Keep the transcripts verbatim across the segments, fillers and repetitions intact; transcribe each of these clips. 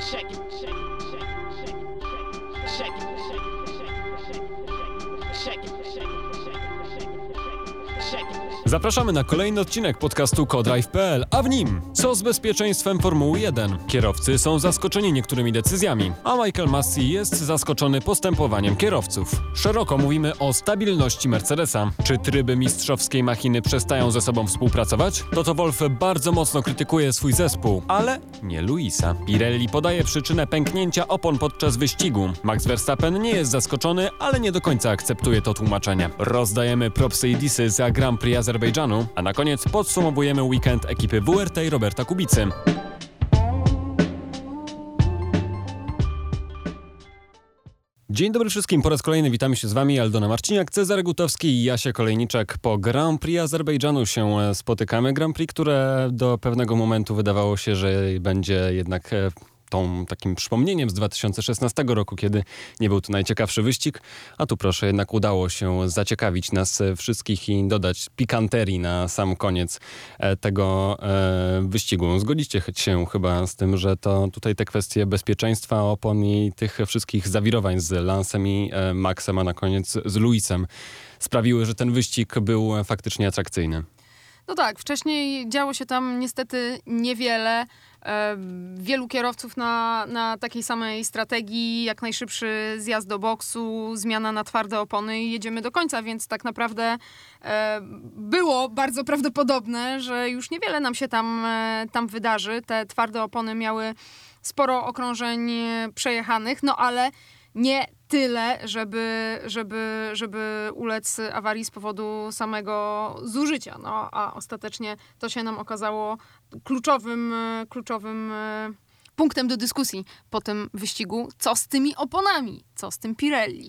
Zapraszamy na kolejny odcinek podcastu Codrive kropka p l, a w nim co z bezpieczeństwem Formuły jeden? Kierowcy są zaskoczeni niektórymi decyzjami, a Michael Masi jest zaskoczony postępowaniem kierowców. Szeroko mówimy o stabilności Mercedesa. Czy tryby mistrzowskiej machiny przestają ze sobą współpracować? Toto Wolff bardzo mocno krytykuje swój zespół, ale nie Luisa. Pirelli podaje przyczynę pęknięcia opon podczas wyścigu. Max Verstappen nie jest zaskoczony, ale nie do końca akceptuje to tłumaczenie. Rozdajemy propsy i disy za Grand Prix Azerbejdżanu, a na koniec podsumowujemy weekend ekipy W R T i Roberta Kubicy. Dzień dobry wszystkim, po raz kolejny witamy się z Wami, Aldona Marciniak, Cezary Gutowski i Jasia Kolejniczak. Po Grand Prix Azerbejdżanu się spotykamy. Grand Prix, które do pewnego momentu wydawało się, że będzie jednak tą takim przypomnieniem z dwa tysiące szesnastego roku, kiedy nie był to najciekawszy wyścig, a tu proszę, jednak udało się zaciekawić nas wszystkich i dodać pikanterii na sam koniec tego e, wyścigu. Zgodzicie się chyba z tym, że to tutaj te kwestie bezpieczeństwa opon i tych wszystkich zawirowań z Lansem i e, Maxem, a na koniec z Luisem sprawiły, że ten wyścig był faktycznie atrakcyjny. No tak, wcześniej działo się tam niestety niewiele. E, wielu kierowców na, na takiej samej strategii, jak najszybszy zjazd do boksu, zmiana na twarde opony i jedziemy do końca, więc tak naprawdę e, było bardzo prawdopodobne, że już niewiele nam się tam, e, tam wydarzy. Te twarde opony miały sporo okrążeń przejechanych, no ale nie tyle, żeby, żeby, żeby ulec awarii z powodu samego zużycia. No, a ostatecznie to się nam okazało kluczowym, kluczowym punktem do dyskusji po tym wyścigu. Co z tymi oponami? Co z tym Pirelli?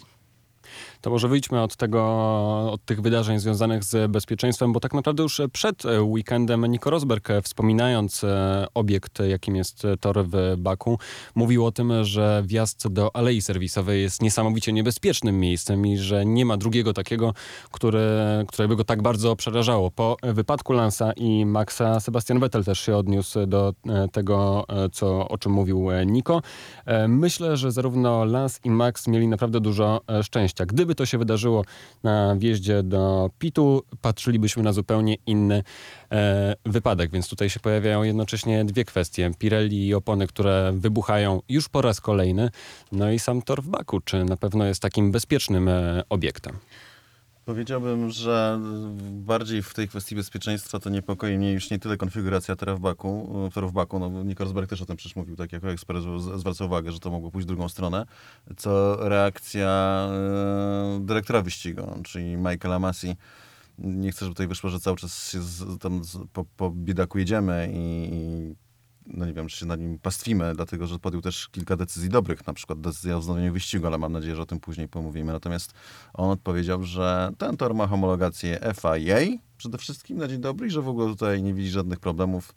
To może wyjdźmy od tego, od tych wydarzeń związanych z bezpieczeństwem, bo tak naprawdę już przed weekendem Nico Rosberg, wspominając obiekt, jakim jest tor w Baku, mówił o tym, że wjazd do alei serwisowej jest niesamowicie niebezpiecznym miejscem i że nie ma drugiego takiego, które, które by go tak bardzo przerażało. Po wypadku Lansa i Maxa, Sebastian Vettel też się odniósł do tego, co, o czym mówił Nico. Myślę, że zarówno Lans i Max mieli naprawdę dużo szczęścia. Gdyby to się wydarzyło na wjeździe do pitu, patrzylibyśmy na zupełnie inny e, wypadek, więc tutaj się pojawiają jednocześnie dwie kwestie. Pirelli i opony, które wybuchają już po raz kolejny, no i sam tor w Baku, czy na pewno jest takim bezpiecznym e, obiektem? Powiedziałbym, że bardziej w tej kwestii bezpieczeństwa to niepokoi mnie już nie tyle konfiguracja tora w Baku, toru w Baku, no Nico Rosberg też o tym przecież mówił, tak jako ekspert zwraca uwagę, że to mogło pójść w drugą stronę, co reakcja e, dyrektora wyścigu, czyli Michaela Masi. Nie chcę, żeby tutaj wyszło, że cały czas się z, tam z, po, po biedaku jedziemy i, i no nie wiem, czy się nad nim pastwimy, dlatego, że podjął też kilka decyzji dobrych, na przykład decyzja o wznowieniu wyścigu, ale mam nadzieję, że o tym później pomówimy. Natomiast on odpowiedział, że ten tor ma homologację F I A przede wszystkim na dzień dobry i że w ogóle tutaj nie widzi żadnych problemów.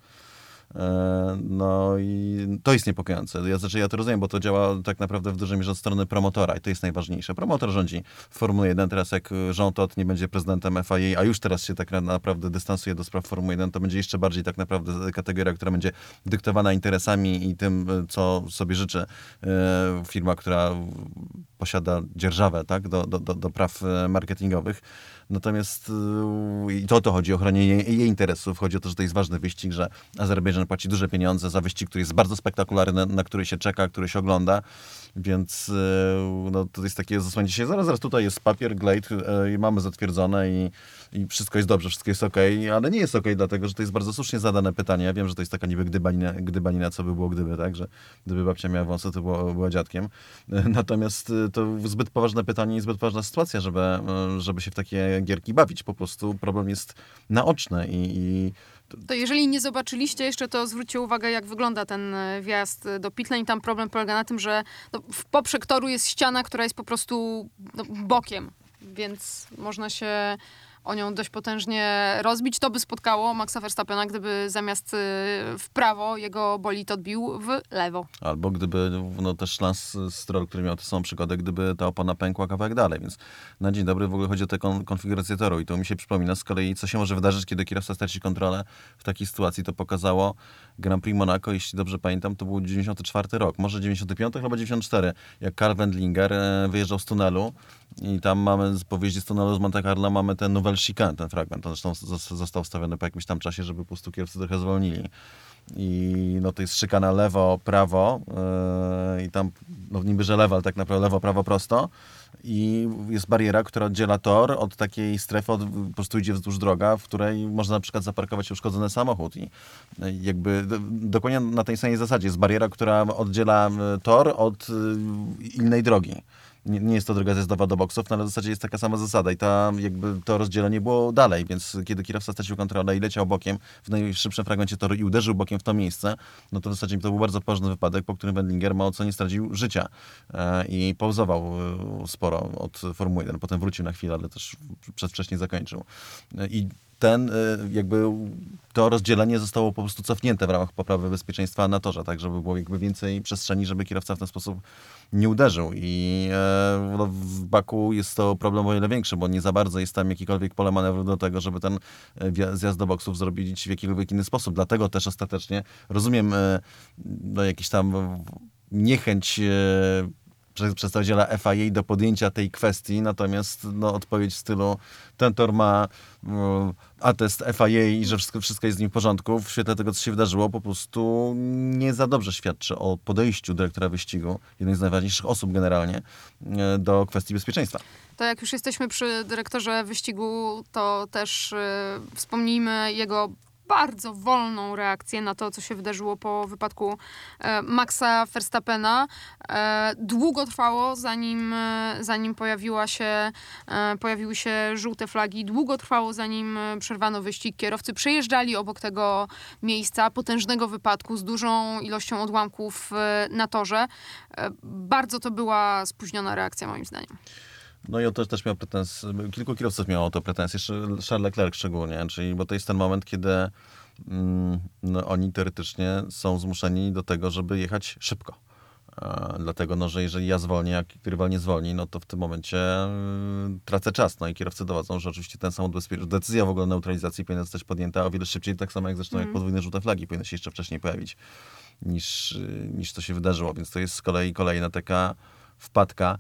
No i to jest niepokojące. Ja, znaczy, ja to rozumiem, bo to działa tak naprawdę w dużej mierze od strony promotora i to jest najważniejsze. Promotor rządzi w Formule jeden. Teraz jak Jean Todt nie będzie prezydentem F I A, a już teraz się tak naprawdę dystansuje do spraw Formuły jeden, to będzie jeszcze bardziej tak naprawdę kategoria, która będzie dyktowana interesami i tym, co sobie życzy firma, która posiada dzierżawę, tak, do, do, do, do praw marketingowych. Natomiast i to o to chodzi, o ochronę jej, jej interesów. Chodzi o to, że to jest ważny wyścig, że Azerbejdżan płaci duże pieniądze za wyścig, który jest bardzo spektakularny, na który się czeka, który się ogląda. Więc no, to jest takie zasłonięcie się. Zaraz, zaraz tutaj jest papier, glejt i mamy zatwierdzone i, i wszystko jest dobrze, wszystko jest okej, okay, ale nie jest okej, okay, dlatego, że to jest bardzo słusznie zadane pytanie. Ja wiem, że to jest taka niby gdybanina, gdybanina co by było gdyby, tak, że gdyby babcia miała wąsy, to była, była dziadkiem. Natomiast to zbyt poważne pytanie i zbyt poważna sytuacja, żeby, żeby się w takie gierki bawić. Po prostu problem jest naoczny i, i to jeżeli nie zobaczyliście jeszcze, to zwróćcie uwagę, jak wygląda ten wjazd do pit lane. Tam problem polega na tym, że no, w poprzek toru jest ściana, która jest po prostu no, bokiem, więc można się o nią dość potężnie rozbić. To by spotkało Maxa Verstappena, gdyby zamiast w prawo jego bolid odbił w lewo. Albo gdyby, no też Lance Stroll, który miał tę samą przygodę, gdyby ta opona pękła kawałek dalej, więc na dzień dobry w ogóle chodzi o tę kon- konfigurację toru i to mi się przypomina z kolei, co się może wydarzyć, kiedy kierowca straci kontrolę w takiej sytuacji. To pokazało Grand Prix Monaco, jeśli dobrze pamiętam, to był dziewięćdziesiąty czwarty rok, może dziewięćdziesiąty piąty, chyba dziewięćdziesiąty czwarty, jak Karl Wendlinger wyjeżdżał z tunelu i tam mamy, po wyjeździe z tunelu z Monte Carlo mamy ten Nouvelle Chicane, ten fragment, on zresztą został wstawiony po jakimś tam czasie, żeby po prostu kierowcy trochę zwolnili. I no to jest szykana lewo, prawo yy, i tam no niby, że lewo, ale tak naprawdę lewo, prawo, prosto i jest bariera, która oddziela tor od takiej strefy, od, po prostu idzie wzdłuż droga, w której można na przykład zaparkować uszkodzony samochód i jakby do, dokładnie na tej samej zasadzie jest bariera, która oddziela tor od yy, innej drogi. Nie, nie jest to droga zjazdowa do boksów, no ale w zasadzie jest taka sama zasada i ta, jakby to rozdzielenie było dalej, więc kiedy kierowca stracił kontrolę i leciał bokiem w najszybszym fragmencie toru i uderzył bokiem w to miejsce, no to w zasadzie to był bardzo poważny wypadek, po którym Wendlinger mało co nie stracił życia e, i pauzował e, sporo od Formuły jeden. Potem wrócił na chwilę, ale też przedwcześnie zakończył. E, I ten jakby to rozdzielenie zostało po prostu cofnięte w ramach poprawy bezpieczeństwa na torze, tak żeby było jakby więcej przestrzeni, żeby kierowca w ten sposób nie uderzył i e, no, w Baku jest to problem o wiele większy, bo nie za bardzo jest tam jakikolwiek pole manewru do tego, żeby ten zjazd do boksów zrobić w jakikolwiek inny sposób. Dlatego też ostatecznie rozumiem e, no, jakiś tam niechęć e, przedstawiciela F I A do podjęcia tej kwestii, natomiast no, odpowiedź w stylu ten tor ma um, atest F I A i że wszystko, wszystko jest z nim w porządku, w świetle tego, co się wydarzyło, po prostu nie za dobrze świadczy o podejściu dyrektora wyścigu, jednej z najważniejszych osób generalnie, do kwestii bezpieczeństwa. To jak już jesteśmy przy dyrektorze wyścigu, to też yy, wspomnijmy jego bardzo wolną reakcję na to, co się wydarzyło po wypadku e, Maxa Verstappena. E, długo trwało, zanim, e, zanim pojawiła się, e, pojawiły się żółte flagi. Długo trwało, zanim przerwano wyścig. Kierowcy przejeżdżali obok tego miejsca potężnego wypadku z dużą ilością odłamków e, na torze. E, bardzo to była spóźniona reakcja, moim zdaniem. No i on też, też miał pretensje, kilku kierowców miało o to pretensje, Charles Leclerc szczególnie, czyli, bo to jest ten moment, kiedy mm, no, oni teoretycznie są zmuszeni do tego, żeby jechać szybko. E, dlatego, no, że jeżeli ja zwolnię, jak rywal nie zwolni, no to w tym momencie y, tracę czas. No i kierowcy dowodzą, że oczywiście ten samochód bezpieczny, decyzja w ogóle o neutralizacji powinna zostać podjęta o wiele szybciej, tak samo jak zresztą mm. jak podwójne żółte flagi powinny się jeszcze wcześniej pojawić, niż, y, niż to się wydarzyło. Więc to jest z kolei kolejna taka wpadka,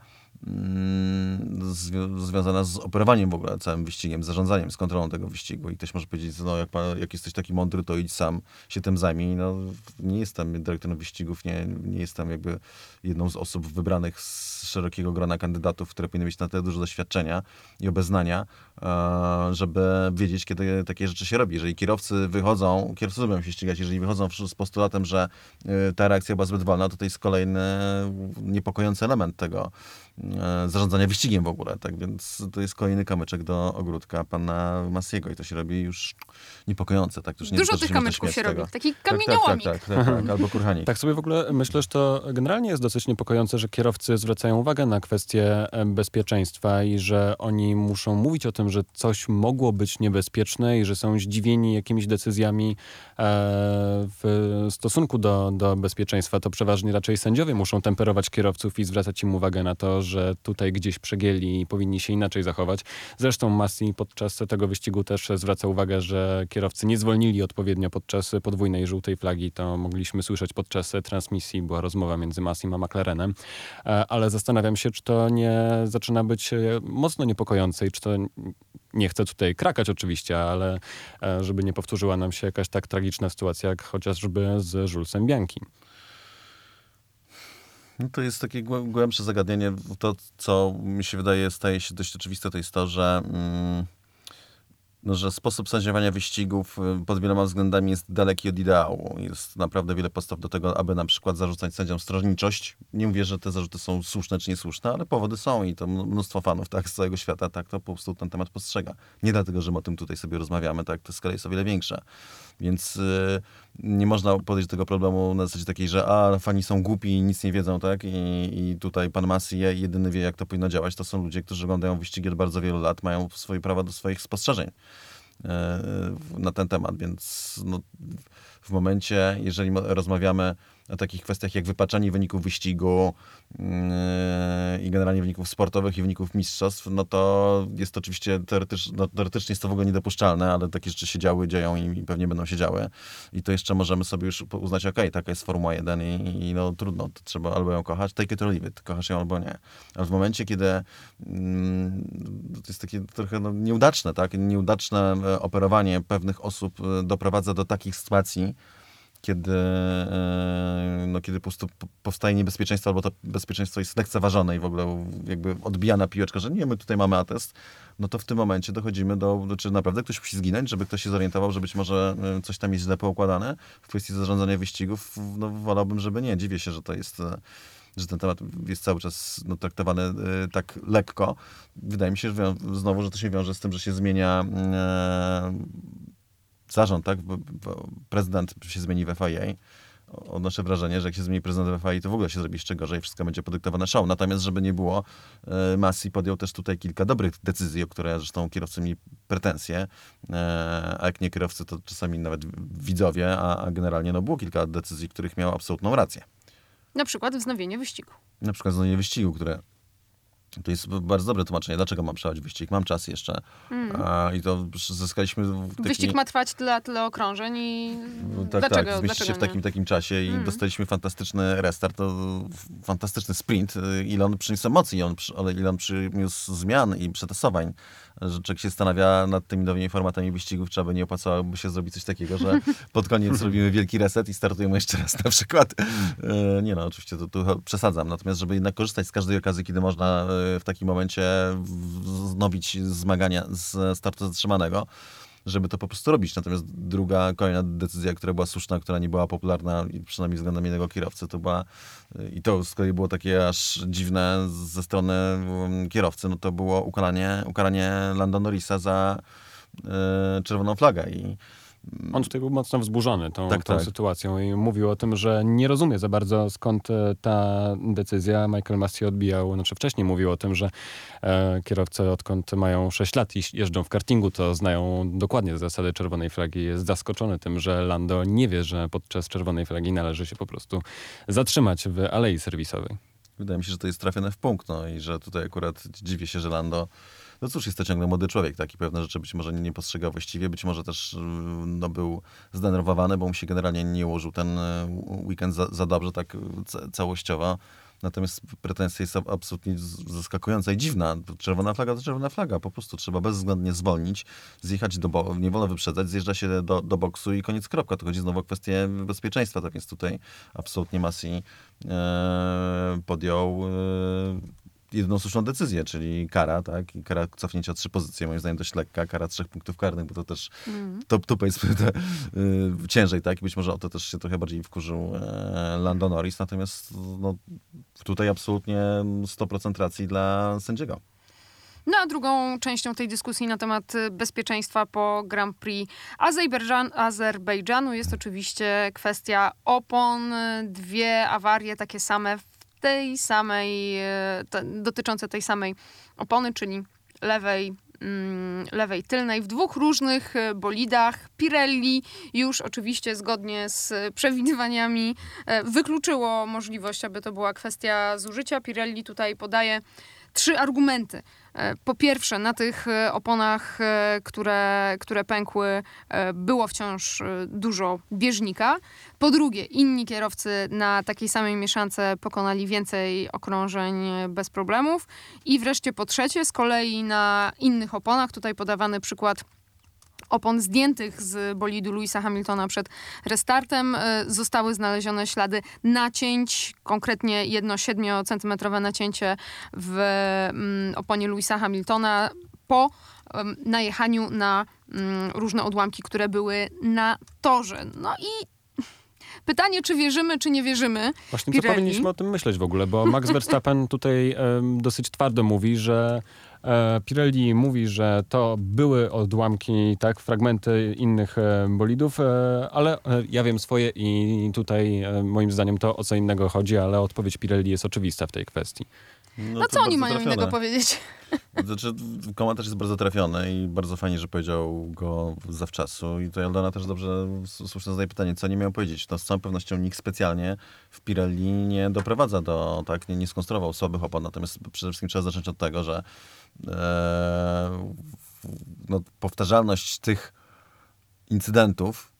Zwią- związana z operowaniem w ogóle całym wyścigiem, z zarządzaniem, z kontrolą tego wyścigu. I ktoś może powiedzieć, no jak, pan, jak jesteś taki mądry, to idź sam się tym zajmij. No nie jestem dyrektorem wyścigów, nie, nie jestem jakby jedną z osób wybranych z szerokiego grona kandydatów, które powinny mieć na tyle dużo doświadczenia i obeznania, żeby wiedzieć, kiedy takie rzeczy się robi. Jeżeli kierowcy wychodzą, kierowcy lubią się ścigać, jeżeli wychodzą z postulatem, że ta reakcja była zbyt wolna, to to jest kolejny niepokojący element tego zarządzania wyścigiem w ogóle, tak więc to jest kolejny kamyczek do ogródka pana Massiego i to się robi już niepokojące. Tak? To już nie Dużo tych kamyczków się robi, taki kamieniołomik. Tak, tak, tak, tak, tak, albo kurhanik. Tak sobie w ogóle myślę, że to generalnie jest dosyć niepokojące, że kierowcy zwracają uwagę na kwestie bezpieczeństwa i że oni muszą mówić o tym, że coś mogło być niebezpieczne i że są zdziwieni jakimiś decyzjami e, w stosunku do, do bezpieczeństwa. To przeważnie raczej sędziowie muszą temperować kierowców i zwracać im uwagę na to, że tutaj gdzieś przegięli i powinni się inaczej zachować. Zresztą Massi podczas tego wyścigu też zwraca uwagę, że kierowcy nie zwolnili odpowiednio podczas podwójnej żółtej flagi. To mogliśmy słyszeć podczas transmisji. Była rozmowa między Massim a McLarenem. Ale zastanawiam się, czy to nie zaczyna być mocno niepokojące i czy to nie chcę tutaj krakać oczywiście, ale żeby nie powtórzyła nam się jakaś tak tragiczna sytuacja, jak chociażby z Julesem Bianchi. No to jest takie głębsze zagadnienie. To, co mi się wydaje, staje się dość oczywiste, to jest to, że, mm, no, że sposób sędziowania wyścigów pod wieloma względami jest daleki od ideału. Jest naprawdę wiele podstaw do tego, aby na przykład zarzucać sędziom stronniczość. Nie mówię, że te zarzuty są słuszne czy niesłuszne, ale powody są i to mnóstwo fanów tak, z całego świata tak to po prostu ten temat postrzega. Nie dlatego, że my o tym tutaj sobie rozmawiamy, tak, to z kolei jest o wiele większe. Więc nie można podejść do tego problemu na zasadzie takiej, że a, fani są głupi i nic nie wiedzą, tak? I, i tutaj pan Masi jedyny wie, jak to powinno działać. To są ludzie, którzy oglądają wyścigi od bardzo wielu lat, mają swoje prawa do swoich spostrzeżeń e, na ten temat, więc no, w momencie, jeżeli rozmawiamy o takich kwestiach jak wypaczanie wyników wyścigu yy, i generalnie wyników sportowych i wyników mistrzostw, no to jest to oczywiście teoretycz, no, teoretycznie jest to w ogóle niedopuszczalne, ale takie rzeczy się działy, dzieją i, i pewnie będą się działy. I to jeszcze możemy sobie już uznać, okej, okay, taka jest Formuła jeden i, i no trudno, to trzeba albo ją kochać, take it or leave it, kochasz ją albo nie. Ale w momencie, kiedy yy, to jest takie trochę no, nieudaczne, tak? Nieudaczne operowanie pewnych osób doprowadza do takich sytuacji, kiedy, no, kiedy po prostu powstaje niebezpieczeństwo, albo to bezpieczeństwo jest lekceważone i w ogóle jakby odbijana piłeczka, że nie, my tutaj mamy atest, no to w tym momencie dochodzimy do, czy naprawdę ktoś musi zginąć, żeby ktoś się zorientował, że być może coś tam jest źle poukładane w kwestii zarządzania wyścigów. No wolałbym, żeby nie. Dziwię się, że to jest, że ten temat jest cały czas no, traktowany y, tak lekko. Wydaje mi się, że znowu, że to się wiąże z tym, że się zmienia y, zarząd, tak? Prezydent się zmieni w F I A. Odnoszę wrażenie, że jak się zmieni prezydent w F I A, to w ogóle się zrobi jeszcze gorzej, wszystko będzie podyktowane show. Natomiast, żeby nie było, Masi podjął też tutaj kilka dobrych decyzji, o które zresztą kierowcy mieli pretensje, a jak nie kierowcy, to czasami nawet widzowie, a, a generalnie no, było kilka decyzji, w których miał absolutną rację. Na przykład wznowienie wyścigu. Na przykład wznowienie wyścigu, które to jest bardzo dobre tłumaczenie. Dlaczego mam przechodzić wyścig? Mam czas jeszcze. Mm. A, I to zyskaliśmy... Taki... Wyścig ma trwać tyle, tyle okrążeń i no, tak, dlaczego? Tak, zmieści się w takim, takim czasie i mm. dostaliśmy fantastyczny restart, to fantastyczny sprint. Ile on przyniósł emocji, on, ale ile on przyniósł zmian i przetasowań, że człowiek się zastanawia nad tymi nowymi formatami wyścigów, czy aby nie opłacałoby się zrobić coś takiego, że pod koniec zrobimy wielki reset i startujemy jeszcze raz na przykład. Nie no, oczywiście to tu przesadzam. Natomiast, żeby jednak korzystać z każdej okazji, kiedy można w takim momencie wznowić zmagania z startu zatrzymanego, żeby to po prostu robić. Natomiast druga, kolejna decyzja, która była słuszna, która nie była popularna, przynajmniej względem jednego kierowcy, to była, i to z kolei było takie aż dziwne ze strony kierowcy, no to było ukaranie, ukaranie Landa Norrisa za y, czerwoną flagę. I on tutaj był mocno wzburzony tą, tak, tą tak. sytuacją i mówił o tym, że nie rozumie za bardzo, skąd ta decyzja. Michael Masi odbijał, znaczy wcześniej mówił o tym, że e, kierowcy odkąd mają sześć lat i jeżdżą w kartingu, to znają dokładnie zasady czerwonej flagi. Jest zaskoczony tym, że Lando nie wie, że podczas czerwonej flagi należy się po prostu zatrzymać w alei serwisowej. Wydaje mi się, że to jest trafione w punkt, no i że tutaj akurat dziwię się, że Lando, no cóż, jest to ciągle młody człowiek, tak, i pewne rzeczy być może nie postrzegał właściwie, być może też no, był zdenerwowany, bo mu się generalnie nie ułożył ten weekend za, za dobrze, tak ca- całościowo. Natomiast pretensja jest absolutnie zaskakująca i dziwna. Czerwona flaga to czerwona flaga. Po prostu trzeba bezwzględnie zwolnić, zjechać do boku, nie wolno wyprzedzać, zjeżdża się do, do boksu i koniec, kropka. To chodzi znowu o kwestię bezpieczeństwa. Tak więc tutaj absolutnie Masi e, podjął e, jedyną słuszną decyzję, czyli kara, tak? I kara cofnięcia o trzy pozycje, moim zdaniem dość lekka, kara trzech punktów karnych, bo to też mm. to, to powiedzmy te, y, ciężej, tak? I być może o to też się trochę bardziej wkurzył e, Lando Norris, natomiast no, tutaj absolutnie sto procent racji dla sędziego. No a drugą częścią tej dyskusji na temat bezpieczeństwa po Grand Prix Azerbejdżan, Azerbejdżanu jest oczywiście kwestia opon. Dwie awarie takie same w tej samej, te, dotyczące tej samej opony, czyli lewej, mm, lewej tylnej, w dwóch różnych bolidach. Pirelli już oczywiście zgodnie z przewidywaniami wykluczyło możliwość, aby to była kwestia zużycia. Pirelli tutaj podaje trzy argumenty. Po pierwsze, na tych oponach, które, które pękły, było wciąż dużo bieżnika. Po drugie, inni kierowcy na takiej samej mieszance pokonali więcej okrążeń bez problemów. I wreszcie po trzecie, z kolei na innych oponach, tutaj podawany przykład opon zdjętych z bolidu Lewisa Hamiltona przed restartem, zostały znalezione ślady nacięć, konkretnie jedno siedmiocentymetrowe nacięcie w oponie Lewisa Hamiltona po najechaniu na różne odłamki, które były na torze. No i pytanie, czy wierzymy, czy nie wierzymy Właśnie Pirelli. Co powinniśmy o tym myśleć w ogóle, bo Max Verstappen tutaj um, dosyć twardo mówi, że E, Pirelli mówi, że to były odłamki, tak, fragmenty innych e, bolidów, e, ale e, ja wiem swoje i tutaj e, moim zdaniem to o co innego chodzi, ale odpowiedź Pirelli jest oczywista w tej kwestii. No, to co oni bardzo mają trafione. innego powiedzieć? Znaczy, komentarz jest bardzo trafiony i bardzo fajnie, że powiedział go zawczasu. I to Aldona też dobrze, słusznie zadaje pytanie, co nie miał powiedzieć. No, z całą pewnością nikt specjalnie w Pirelli nie doprowadza do, tak, nie, nie skonstruował słabych opon. Natomiast przede wszystkim trzeba zacząć od tego, że e, no, powtarzalność tych incydentów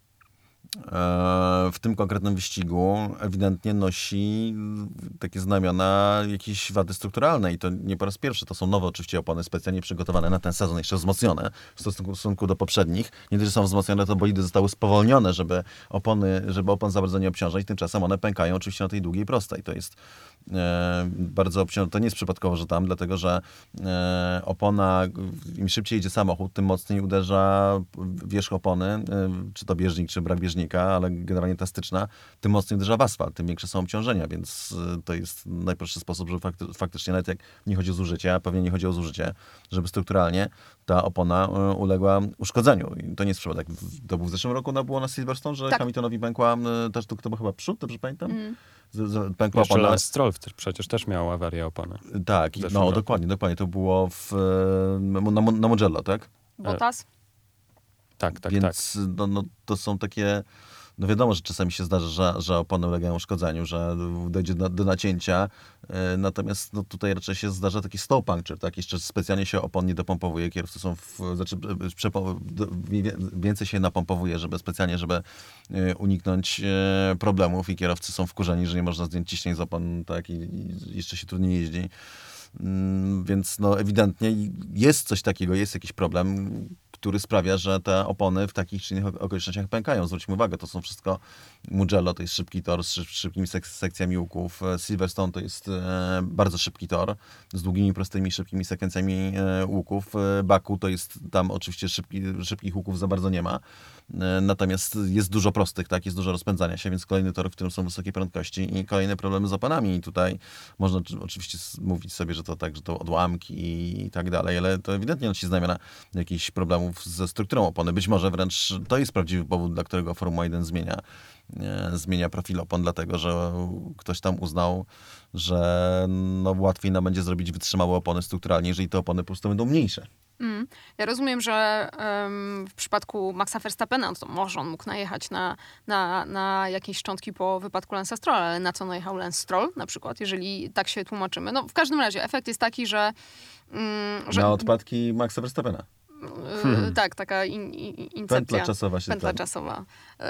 w tym konkretnym wyścigu ewidentnie nosi takie znamiona jakiejś wady strukturalnej. I to nie po raz pierwszy. To są nowe oczywiście opony specjalnie przygotowane na ten sezon, jeszcze wzmocnione w stosunku, w stosunku do poprzednich. Nie dość, że są wzmocnione, to bolidy zostały spowolnione, żeby opony, żeby opon za bardzo nie obciążać. Tymczasem one pękają oczywiście na tej długiej prostej. To jest e, bardzo obciążone. To nie jest przypadkowo, że tam, dlatego że e, opona, im szybciej jedzie samochód, tym mocniej uderza wierzch opony, e, czy to bieżnik, czy brak bieżnika, ale generalnie ta styczna, tym mocniej uderza w asfalt, tym większe są obciążenia, więc to jest najprostszy sposób, żeby fakty, faktycznie, nawet jak nie chodzi o zużycie, a pewnie nie chodzi o zużycie, żeby strukturalnie ta opona uległa uszkodzeniu. I to nie jest przypadek. To był w zeszłym roku, no, było na Silverstone, że tak. Hamiltonowi pękła, też to, to był chyba przód, dobrze pamiętam? Mm. Z, z, pękła Jeszcze opona. Lance Stroll przecież też miał awarię opony. Tak, no roku. dokładnie, dokładnie. To było w, na, na Mugello, tak? Bottas? Tak, tak, Więc tak. No, no, to są takie... No wiadomo, że czasami się zdarza, że, że opony ulegają uszkodzeniu, że dojdzie do, do nacięcia. Yy, natomiast no, tutaj raczej się zdarza taki slow puncture, tak? Jeszcze specjalnie się opon nie dopompowuje. Kierowcy są w... Znaczy, przepo, więcej się napompowuje, żeby specjalnie, żeby yy, uniknąć yy, problemów i kierowcy są wkurzeni, że nie można zdjąć ciśnień z opon, tak? I, i jeszcze się trudniej jeździ. Yy, więc no ewidentnie jest coś takiego, jest jakiś problem, który sprawia, że te opony w takich czy innych okolicznościach pękają. Zwróćmy uwagę, to są wszystko Mugello, to jest szybki tor z szybkimi sek- sekcjami łuków. Silverstone to jest e, bardzo szybki tor z długimi, prostymi, szybkimi sekwencjami e, łuków. Baku to jest, tam oczywiście szybki, szybkich łuków za bardzo nie ma. E, natomiast jest dużo prostych, tak, jest dużo rozpędzania się, więc kolejny tor, w którym są wysokie prędkości i kolejne problemy z oponami. I tutaj można oczywiście mówić sobie, że to tak, że to odłamki i tak dalej, ale to ewidentnie nosi znamiona jakichś problemów ze strukturą opony. Być może wręcz to jest prawdziwy powód, dla którego Formuła jeden zmienia, e, zmienia profil opon, dlatego że ktoś tam uznał, że no, łatwiej nam będzie zrobić wytrzymałe opony strukturalnie, jeżeli te opony po prostu będą mniejsze. Mm. Ja rozumiem, że um, w przypadku Maxa Verstappena, no to może on mógł najechać na, na, na jakieś szczątki po wypadku Lance'a Strolla, ale na co najechał Lance Stroll na przykład, jeżeli tak się tłumaczymy? No w każdym razie efekt jest taki, że... Um, że... Na odpadki Maxa Verstappena. Hmm. Tak, taka in, in, incepcja. Pętla czasowa się Pętla tam. czasowa.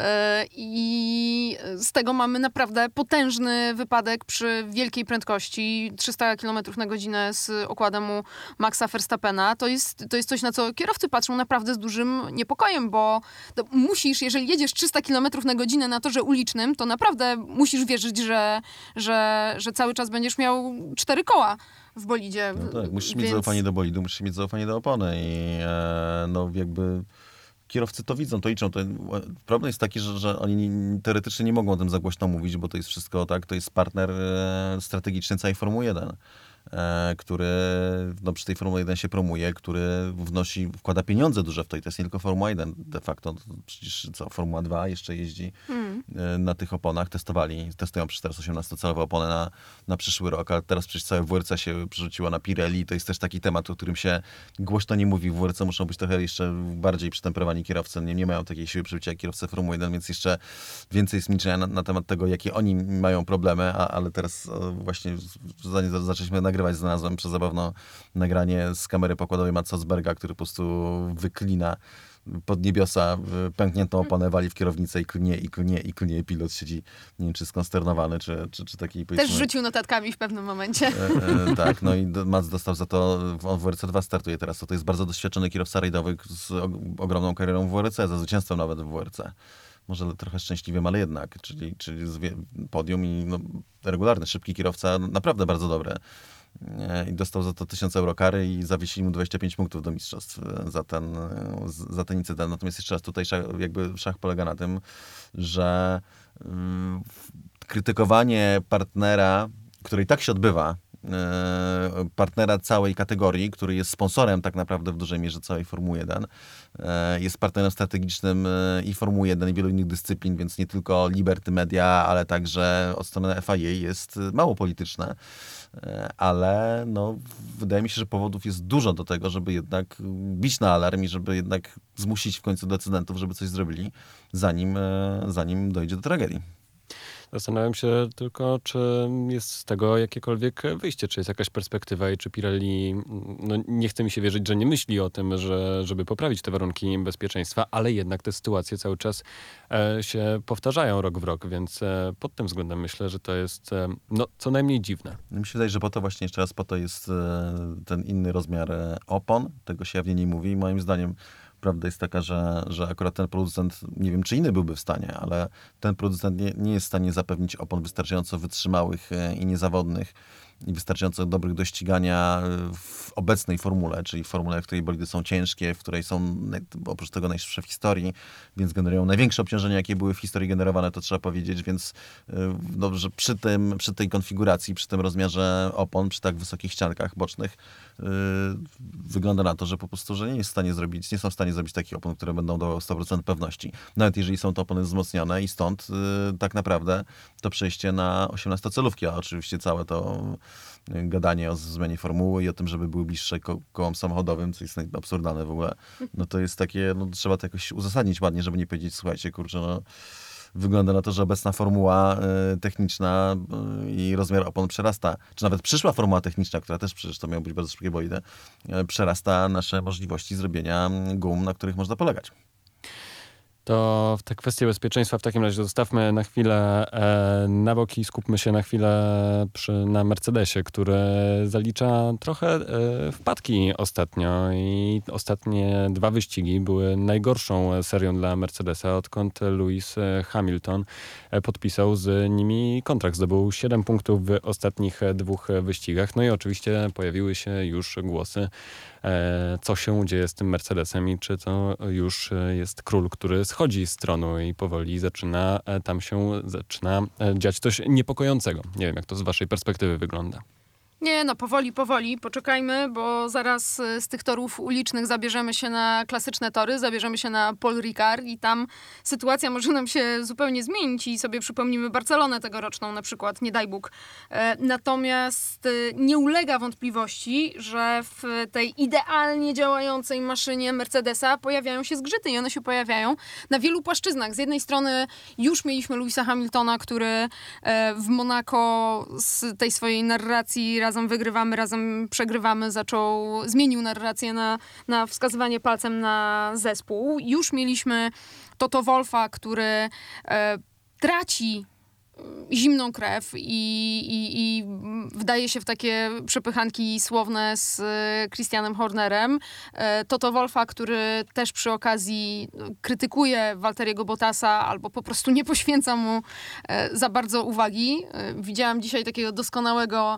I z tego mamy naprawdę potężny wypadek przy wielkiej prędkości. trzysta kilometrów na godzinę z okładem u Maxa Verstappena. To jest, to jest coś, na co kierowcy patrzą naprawdę z dużym niepokojem, bo musisz, jeżeli jedziesz trzysta kilometrów na godzinę na torze ulicznym, to naprawdę musisz wierzyć, że, że, że cały czas będziesz miał cztery koła w bolidzie. No tak, musisz Więc... mieć zaufanie do bolidu, musisz mieć zaufanie do opony i e, no jakby kierowcy to widzą, to liczą. To, problem jest taki, że, że oni teoretycznie nie mogą o tym za głośno mówić, bo to jest wszystko, tak, to jest partner e, strategiczny całej Formuły jeden. E, który no, przy tej Formule jeden się promuje, który wnosi, wkłada pieniądze duże w to i to jest nie tylko Formuła jeden de facto. Przecież co, Formuła dwa jeszcze jeździ mm. e, na tych oponach, testowali, testują przecież teraz osiemnastocalowe opony na, na przyszły rok, a teraz przecież całe W R C się przerzuciło na Pirelli. To jest też taki temat, o którym się głośno nie mówi. W W R C muszą być trochę jeszcze bardziej przytemperowani kierowcy. Nie, nie mają takiej siły przebicia jak kierowcy Formuły jeden, więc jeszcze więcej jest milczenia na, na temat tego, jakie oni mają problemy, a, ale teraz o, właśnie zanim zaczęliśmy nagrywać, znalazłem przezabawne nagranie z kamery pokładowej Mats Salzberga, który po prostu wyklina pod niebiosa pękniętą oponę, wali w kierownicę i klnie, i klnie, i klnie. Pilot siedzi, nie wiem, czy skonsternowany, czy, czy, czy taki... Też rzucił notatkami w pewnym momencie. E, e, tak, no i Mats dostał za to, on w W R C dwa startuje teraz, to, to jest bardzo doświadczony kierowca rajdowy z ogromną karierą w W R C, za zwycięstwem nawet w W R C. Może trochę szczęśliwym, ale jednak, czyli, czyli podium i no, regularny, szybki kierowca, naprawdę bardzo dobre. I dostał za to tysiąc euro kary i zawiesili mu dwadzieścia pięć punktów do mistrzostw za ten, za ten incydent. Natomiast jeszcze raz tutaj szach, jakby szach polega na tym, że yy, krytykowanie partnera, które i tak się odbywa partnera całej kategorii, który jest sponsorem tak naprawdę w dużej mierze całej Formuły jeden. Jest partnerem strategicznym i Formuły jeden i wielu innych dyscyplin, więc nie tylko Liberty Media, ale także od strony F I A jest mało polityczne. Ale no, wydaje mi się, że powodów jest dużo do tego, żeby jednak bić na alarm i żeby jednak zmusić w końcu decydentów, żeby coś zrobili, zanim, zanim dojdzie do tragedii. Zastanawiam się tylko, czy jest z tego jakiekolwiek wyjście, czy jest jakaś perspektywa i czy Pirelli, no nie chce mi się wierzyć, że nie myśli o tym, że, żeby poprawić te warunki bezpieczeństwa, ale jednak te sytuacje cały czas e, się powtarzają rok w rok, więc e, pod tym względem myślę, że to jest e, no, co najmniej dziwne. Mi się wydaje, że po to właśnie jeszcze raz, po to jest e, ten inny rozmiar e, opon, tego się jawnie nie mówi i moim zdaniem prawda jest taka, że, że akurat ten producent, nie wiem czy inny byłby w stanie, ale ten producent nie, nie jest w stanie zapewnić opon wystarczająco wytrzymałych i niezawodnych i wystarczająco dobrych do ścigania w obecnej formule, czyli w formule, w której bolidy są ciężkie, w której są oprócz tego najszybsze w historii, więc generują największe obciążenia, jakie były w historii generowane, to trzeba powiedzieć, więc dobrze, przy, tym, przy tej konfiguracji, przy tym rozmiarze opon, przy tak wysokich ściankach bocznych, yy, wygląda na to, że po prostu, że nie jest w stanie zrobić, nie są w stanie zrobić takich opon, które będą dawały sto procent pewności. Nawet jeżeli są to opony wzmocnione i stąd yy, tak naprawdę to przejście na osiemnastocelówki, a oczywiście całe to gadanie o zmianie formuły i o tym, żeby były bliższe ko- kołom samochodowym, co jest absurdalne w ogóle, no to jest takie, no trzeba to jakoś uzasadnić ładnie, żeby nie powiedzieć, słuchajcie, kurczę, no wygląda na to, że obecna formuła y, techniczna y, i rozmiar opon przerasta, czy nawet przyszła formuła techniczna, która też przecież to miało być bardzo szybkie bolidy, y, przerasta nasze możliwości zrobienia gum, na których można polegać. To w te kwestie bezpieczeństwa w takim razie zostawmy na chwilę e, na bok i skupmy się na chwilę przy, na Mercedesie, który zalicza trochę e, wpadki ostatnio i ostatnie dwa wyścigi były najgorszą serią dla Mercedesa, odkąd Lewis Hamilton podpisał z nimi kontrakt. Zdobył siedem punktów w ostatnich dwóch wyścigach. No i oczywiście pojawiły się już głosy, co się dzieje z tym Mercedesem i czy to już jest król, który schodzi z tronu i powoli zaczyna tam się zaczyna dziać coś niepokojącego. Nie wiem, jak to z waszej perspektywy wygląda. Nie, no powoli, powoli, poczekajmy, bo zaraz z tych torów ulicznych zabierzemy się na klasyczne tory, zabierzemy się na Paul Ricard i tam sytuacja może nam się zupełnie zmienić i sobie przypomnimy Barcelonę tegoroczną na przykład, nie daj Bóg. Natomiast nie ulega wątpliwości, że w tej idealnie działającej maszynie Mercedesa pojawiają się zgrzyty i one się pojawiają na wielu płaszczyznach. Z jednej strony już mieliśmy Lewisa Hamiltona, który w Monako z tej swojej narracji razem wygrywamy, razem przegrywamy, zaczął, zmienił narrację na, na wskazywanie palcem na zespół. Już mieliśmy Toto Wolffa, który e, traci zimną krew i, i, i wdaje się w takie przepychanki słowne z Christianem Hornerem. Toto Wolffa, który też przy okazji krytykuje Valtteriego Bottasa albo po prostu nie poświęca mu za bardzo uwagi. Widziałam dzisiaj takiego doskonałego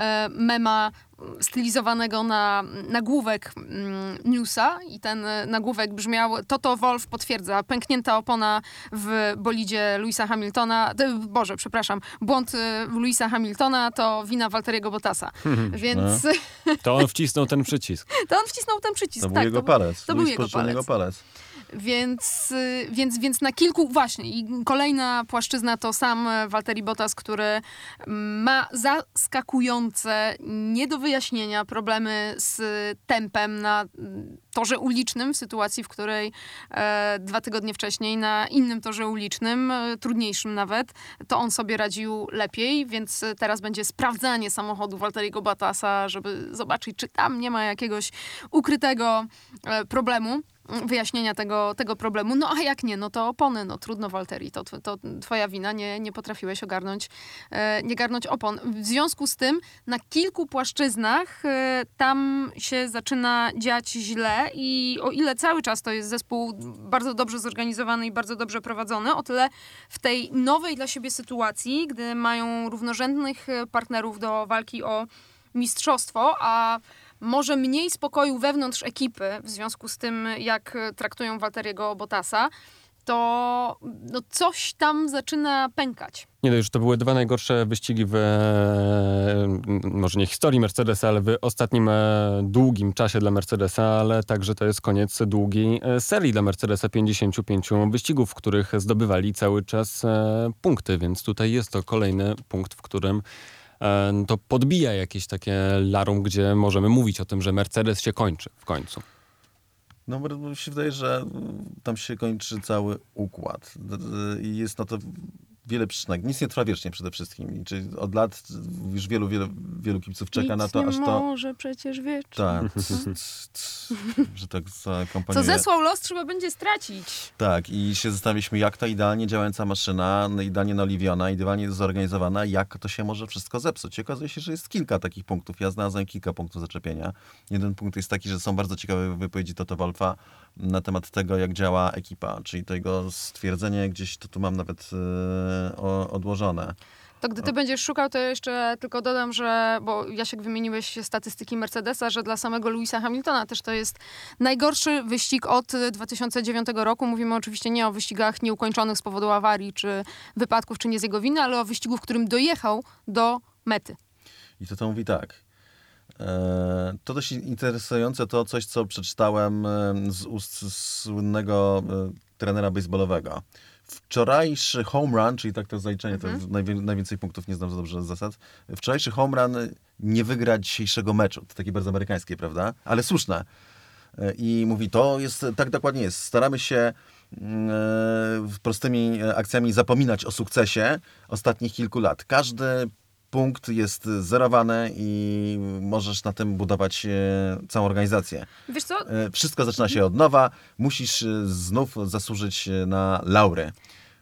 mema stylizowanego na nagłówek newsa i ten nagłówek brzmiał: Toto Wolff potwierdza, pęknięta opona w bolidzie Lewisa Hamiltona, Boże, przepraszam, błąd Lewisa Hamiltona to wina Valtteriego Bottasa. Więc... No. To on wcisnął ten przycisk. To on wcisnął ten przycisk, To był tak. jego to, palec. To był jego palec. jego palec. Więc, więc, więc na kilku, właśnie, i kolejna płaszczyzna to sam Valtteri Bottas, który ma zaskakujące, nie do wyjaśnienia problemy z tempem na torze ulicznym, w sytuacji, w której e, dwa tygodnie wcześniej na innym torze ulicznym, e, trudniejszym nawet, to on sobie radził lepiej, więc teraz będzie sprawdzanie samochodu Valtteriego Bottasa, żeby zobaczyć, czy tam nie ma jakiegoś ukrytego e, problemu. Wyjaśnienia tego, tego problemu. No a jak nie, no to opony, no trudno Valtteri, to, to twoja wina, nie, nie potrafiłeś ogarnąć, e, nie garnąć opon. W związku z tym na kilku płaszczyznach e, tam się zaczyna dziać źle i o ile cały czas to jest zespół bardzo dobrze zorganizowany i bardzo dobrze prowadzony, o tyle w tej nowej dla siebie sytuacji, gdy mają równorzędnych partnerów do walki o mistrzostwo, a może mniej spokoju wewnątrz ekipy w związku z tym, jak traktują Valtteriego Bottasa, to no coś tam zaczyna pękać. Nie dość, że to były dwa najgorsze wyścigi w, może nie historii Mercedesa, ale w ostatnim długim czasie dla Mercedesa, ale także to jest koniec długiej serii dla Mercedesa, pięćdziesięciu pięciu wyścigów, w których zdobywali cały czas punkty, więc tutaj jest to kolejny punkt, w którym to podbija jakieś takie larum, gdzie możemy mówić o tym, że Mercedes się kończy w końcu. No bo mi się wydaje, że tam się kończy cały układ i jest na to wiele przyczynek. Nic nie trwa wiecznie przede wszystkim. Czyli od lat już wielu, wielu, wielu kibiców czeka Nic na to, nie aż to... może przecież wiecznie. Tak, że tak zakompaniuje. Co zesłał los, trzeba będzie stracić. Tak, i się zastanawialiśmy, jak ta idealnie działająca maszyna, idealnie naoliwiona, idealnie zorganizowana, jak to się może wszystko zepsuć. I okazuje się, że jest kilka takich punktów. Ja znalazłem kilka punktów zaczepienia. Jeden punkt jest taki, że są bardzo ciekawe wypowiedzi Toto Wolffa na temat tego, jak działa ekipa, czyli tego stwierdzenie, gdzieś to tu mam nawet yy, o, odłożone. To gdy ty będziesz szukał, to jeszcze tylko dodam, że, bo Jasiek wymieniłeś statystyki Mercedesa, że dla samego Lewisa Hamiltona też to jest najgorszy wyścig od dwa tysiące dziewiątego roku. Mówimy oczywiście nie o wyścigach nieukończonych z powodu awarii, czy wypadków, czy nie z jego winy, ale o wyścigu, w którym dojechał do mety. I to to mówi tak. E, to dość interesujące to coś, co przeczytałem z ust słynnego e, trenera baseballowego. Wczorajszy home run, czyli tak to zaliczenie, to Mhm. najwię- najwięcej punktów, nie znam za dobrze zasad. Wczorajszy home run nie wygra dzisiejszego meczu. To takie bardzo amerykańskie, prawda? Ale słuszne. E, I mówi, to jest, tak dokładnie jest. Staramy się e, prostymi akcjami zapominać o sukcesie ostatnich kilku lat. Każdy punkt jest zerowany i możesz na tym budować e, całą organizację. Wiesz co? E, Wszystko zaczyna się od nowa. Musisz e, znów zasłużyć e, na laury.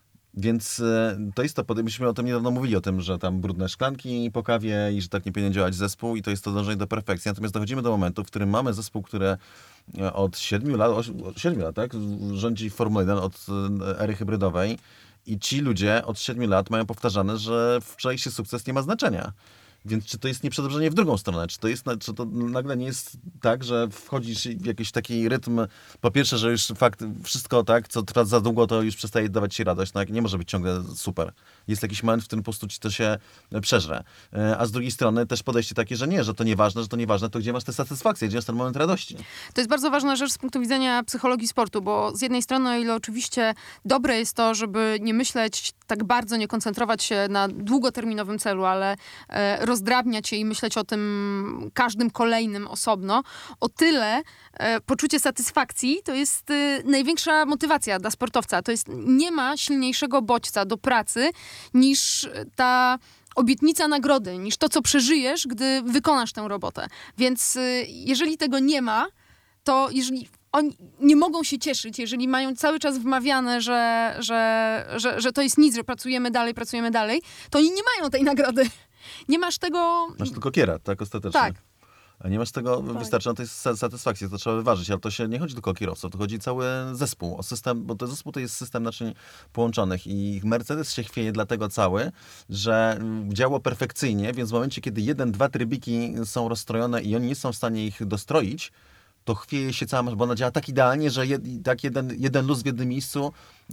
Więc e, to jest to, pod- myśmy o tym niedawno mówili, o tym, że tam brudne szklanki po kawie i że tak nie powinien działać zespół i to jest to dążenie do perfekcji. Natomiast dochodzimy do momentu, w którym mamy zespół, który e, od siedmiu lat, oś- od siedmiu lat, tak, rządzi Formuły jeden od e, ery hybrydowej i ci ludzie od siedmiu lat mają powtarzane, że wczorajszy sukces nie ma znaczenia. Więc czy to jest nieprzedobrzenie w drugą stronę? Czy to, jest, na- czy to nagle nie jest tak, że wchodzisz w jakiś taki rytm, po pierwsze, że już fakt, wszystko tak, co trwa za długo, to już przestaje dawać ci radość. No, jak nie może być ciągle super. Jest jakiś moment, w którym po prostu ci to się przeżre. E, A z drugiej strony też podejście takie, że nie, że to nieważne, że to nieważne, to gdzie masz tę satysfakcję, gdzie masz ten moment radości? To jest bardzo ważna rzecz z punktu widzenia psychologii sportu, bo z jednej strony, o ile oczywiście dobre jest to, żeby nie myśleć tak bardzo, nie koncentrować się na długoterminowym celu, ale e, rozdrabniać się i myśleć o tym każdym kolejnym osobno, o tyle e, poczucie satysfakcji to jest e, największa motywacja dla sportowca. To jest, nie ma silniejszego bodźca do pracy niż ta obietnica nagrody, niż to, co przeżyjesz, gdy wykonasz tę robotę. Więc y, jeżeli tego nie ma, to jeżeli oni nie mogą się cieszyć, jeżeli mają cały czas wmawiane, że, że, że, że to jest nic, że pracujemy dalej, pracujemy dalej, to oni nie mają tej nagrody. Nie masz tego... Masz tylko kierat, tak, ostatecznie. Tak. A nie masz tego Tak. wystarczającej sa- satysfakcji, to trzeba wyważyć, ale to się nie chodzi tylko o kierowców, to chodzi cały zespół, o system, bo to zespół to jest system naczyń połączonych i Mercedes się chwieje dlatego cały, że mm, działa perfekcyjnie, więc w momencie, kiedy jeden, dwa trybiki są rozstrojone i oni nie są w stanie ich dostroić, to chwieje się cała, bo ona działa tak idealnie, że jed, tak jeden, jeden luz w jednym miejscu e,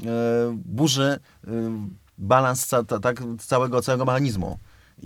burzy e, balans ca, ta, tak, całego, całego mechanizmu.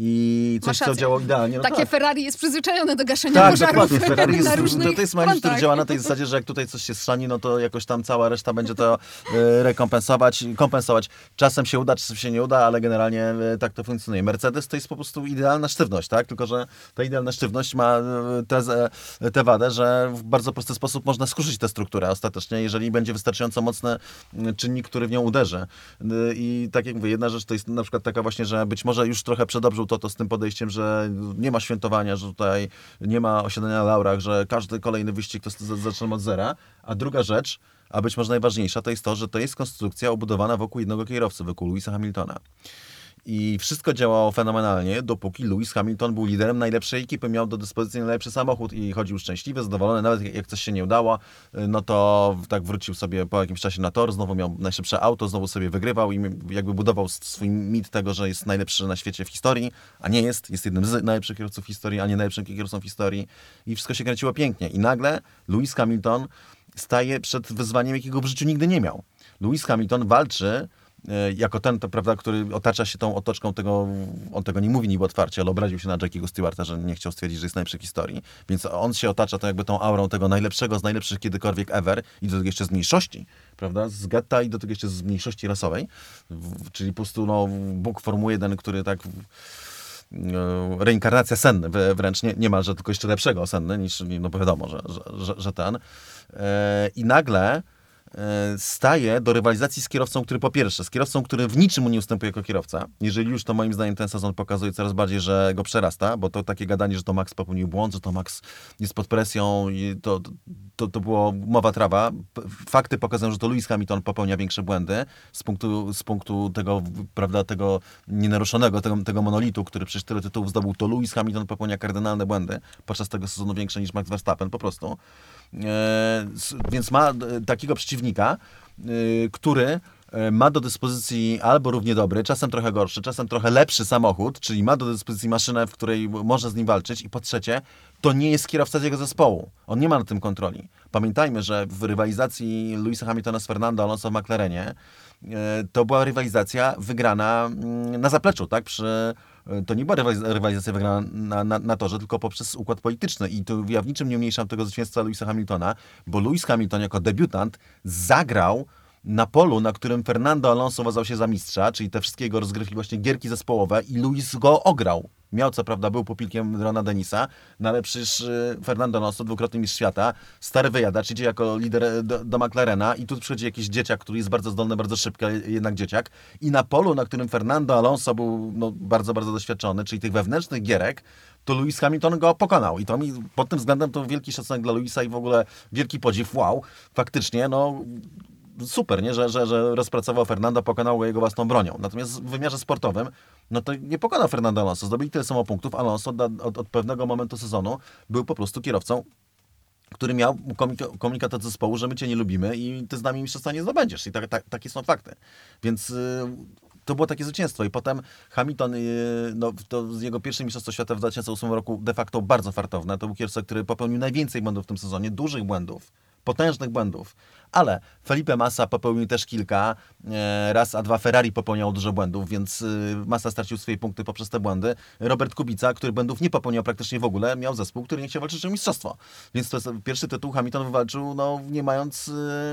I coś, Masz co rację. działało idealnie. No Takie tak. Ferrari jest przyzwyczajone do gaszenia Tak, pożarów. dokładnie. Ferrari jest, na to, różnych to jest mechanizm, który frontach. działa na tej zasadzie, że jak tutaj coś się strzani, no to jakoś tam cała reszta będzie to e, rekompensować, kompensować. Czasem się uda, czasem się nie uda, ale generalnie e, tak to funkcjonuje. Mercedes to jest po prostu idealna sztywność, tak? Tylko że ta idealna sztywność ma e, tę e, tę wadę, że w bardzo prosty sposób można skruszyć tę strukturę ostatecznie, jeżeli będzie wystarczająco mocny m, czynnik, który w nią uderzy. E, I tak jak mówię, jedna rzecz to jest na przykład taka właśnie, że być może już trochę przedobrzył to, to z tym podejściem, że nie ma świętowania, że tutaj nie ma osiadania na laurach, że każdy kolejny wyścig to z- zaczynamy od zera. A druga rzecz, a być może najważniejsza, to jest to, że to jest konstrukcja obudowana wokół jednego kierowcy, wokół Lewisa Hamiltona. I wszystko działało fenomenalnie, dopóki Lewis Hamilton był liderem najlepszej ekipy, miał do dyspozycji najlepszy samochód i chodził szczęśliwy, zadowolony, nawet jak- jak coś się nie udało, no to tak wrócił sobie po jakimś czasie na tor, znowu miał najszybsze auto, znowu sobie wygrywał i jakby budował swój mit tego, że jest najlepszy na świecie w historii, a nie jest, jest jednym z najlepszych kierowców w historii, a nie najlepszym kierowcą w historii i wszystko się kręciło pięknie. I nagle Lewis Hamilton staje przed wyzwaniem, jakiego w życiu nigdy nie miał. Lewis Hamilton walczy jako ten, to, prawda, który otacza się tą otoczką tego, on tego nie mówi niby otwarcie, ale obraził się na Jackiego Stewarta, że nie chciał stwierdzić, że jest najlepszy w historii. Więc on się otacza to jakby tą aurą tego najlepszego z najlepszych kiedykolwiek ever i do tego jeszcze z mniejszości, prawda, z getta i do tego jeszcze z mniejszości rasowej. W, czyli po prostu no, Bóg Formuły jeden, który tak... reinkarnacja senny wręcz, nie, niemalże tylko jeszcze lepszego senny niż, no wiadomo, że, że, że ten. I nagle staje do rywalizacji z kierowcą, który po pierwsze, z kierowcą, który w niczym mu nie ustępuje jako kierowca. Jeżeli już, to moim zdaniem ten sezon pokazuje coraz bardziej, że go przerasta, bo to takie gadanie, że to Max popełnił błąd, że to Max jest pod presją, i to, to, to było mowa trawa. Fakty pokazują, że to Lewis Hamilton popełnia większe błędy z punktu, z punktu tego, prawda, tego nienaruszonego, tego, tego monolitu, który przecież tyle tytułów zdobył, to Lewis Hamilton popełnia kardynalne błędy podczas tego sezonu większe niż Max Verstappen, po prostu. E, więc ma takiego przeciwnika, e, który ma do dyspozycji albo równie dobry, czasem trochę gorszy, czasem trochę lepszy samochód, czyli ma do dyspozycji maszynę, w której może z nim walczyć i po trzecie, to nie jest kierowca z jego zespołu. On nie ma na tym kontroli. Pamiętajmy, że w rywalizacji Lewisa Hamiltona z Fernando Alonso w McLarenie to była rywalizacja wygrana na zapleczu, tak? Przy, to nie była rywalizacja wygrana na, na, na torze, tylko poprzez układ polityczny. I tu ja w niczym nie umniejszam tego zwycięstwa Lewisa Hamiltona, bo Lewis Hamilton jako debiutant zagrał na polu, na którym Fernando Alonso uważał się za mistrza, czyli te wszystkie jego rozgrywki, właśnie gierki zespołowe i Lewis go ograł. Miał, co prawda, był pupilkiem Rona Denisa, no ale przecież Fernando Alonso, dwukrotny mistrz świata, stary wyjadacz, idzie jako lider do, do McLarena i tu przychodzi jakiś dzieciak, który jest bardzo zdolny, bardzo szybki, ale jednak dzieciak. I na polu, na którym Fernando Alonso był no, bardzo, bardzo doświadczony, czyli tych wewnętrznych gierek, to Lewis Hamilton go pokonał. I to mi pod tym względem to wielki szacunek dla Lewisa i w ogóle wielki podziw. Wow, faktycznie, no... super, nie? Że, że, że rozpracował Fernando, pokonał go jego własną bronią. Natomiast w wymiarze sportowym, no to nie pokonał Fernando Alonso. Zdobyli tyle samo punktów. Alonso od, od, od pewnego momentu sezonu był po prostu kierowcą, który miał komunikat od zespołu, że my cię nie lubimy i ty z nami mistrzostwa nie zdobędziesz. I tak, tak, takie są fakty. Więc yy, to było takie zwycięstwo. I potem Hamilton, yy, no, to z jego pierwsze mistrzostwo świata w dwa tysiące ósmym roku de facto bardzo fartowne. To był kierowca, który popełnił najwięcej błędów w tym sezonie, dużych błędów, potężnych błędów. Ale Felipe Massa popełnił też kilka, raz, a dwa Ferrari popełniało dużo błędów, więc Massa stracił swoje punkty poprzez te błędy. Robert Kubica, który błędów nie popełniał praktycznie w ogóle, miał zespół, który nie chciał walczyć o mistrzostwo. Więc to jest pierwszy tytuł Hamilton wywalczył, no, nie mając,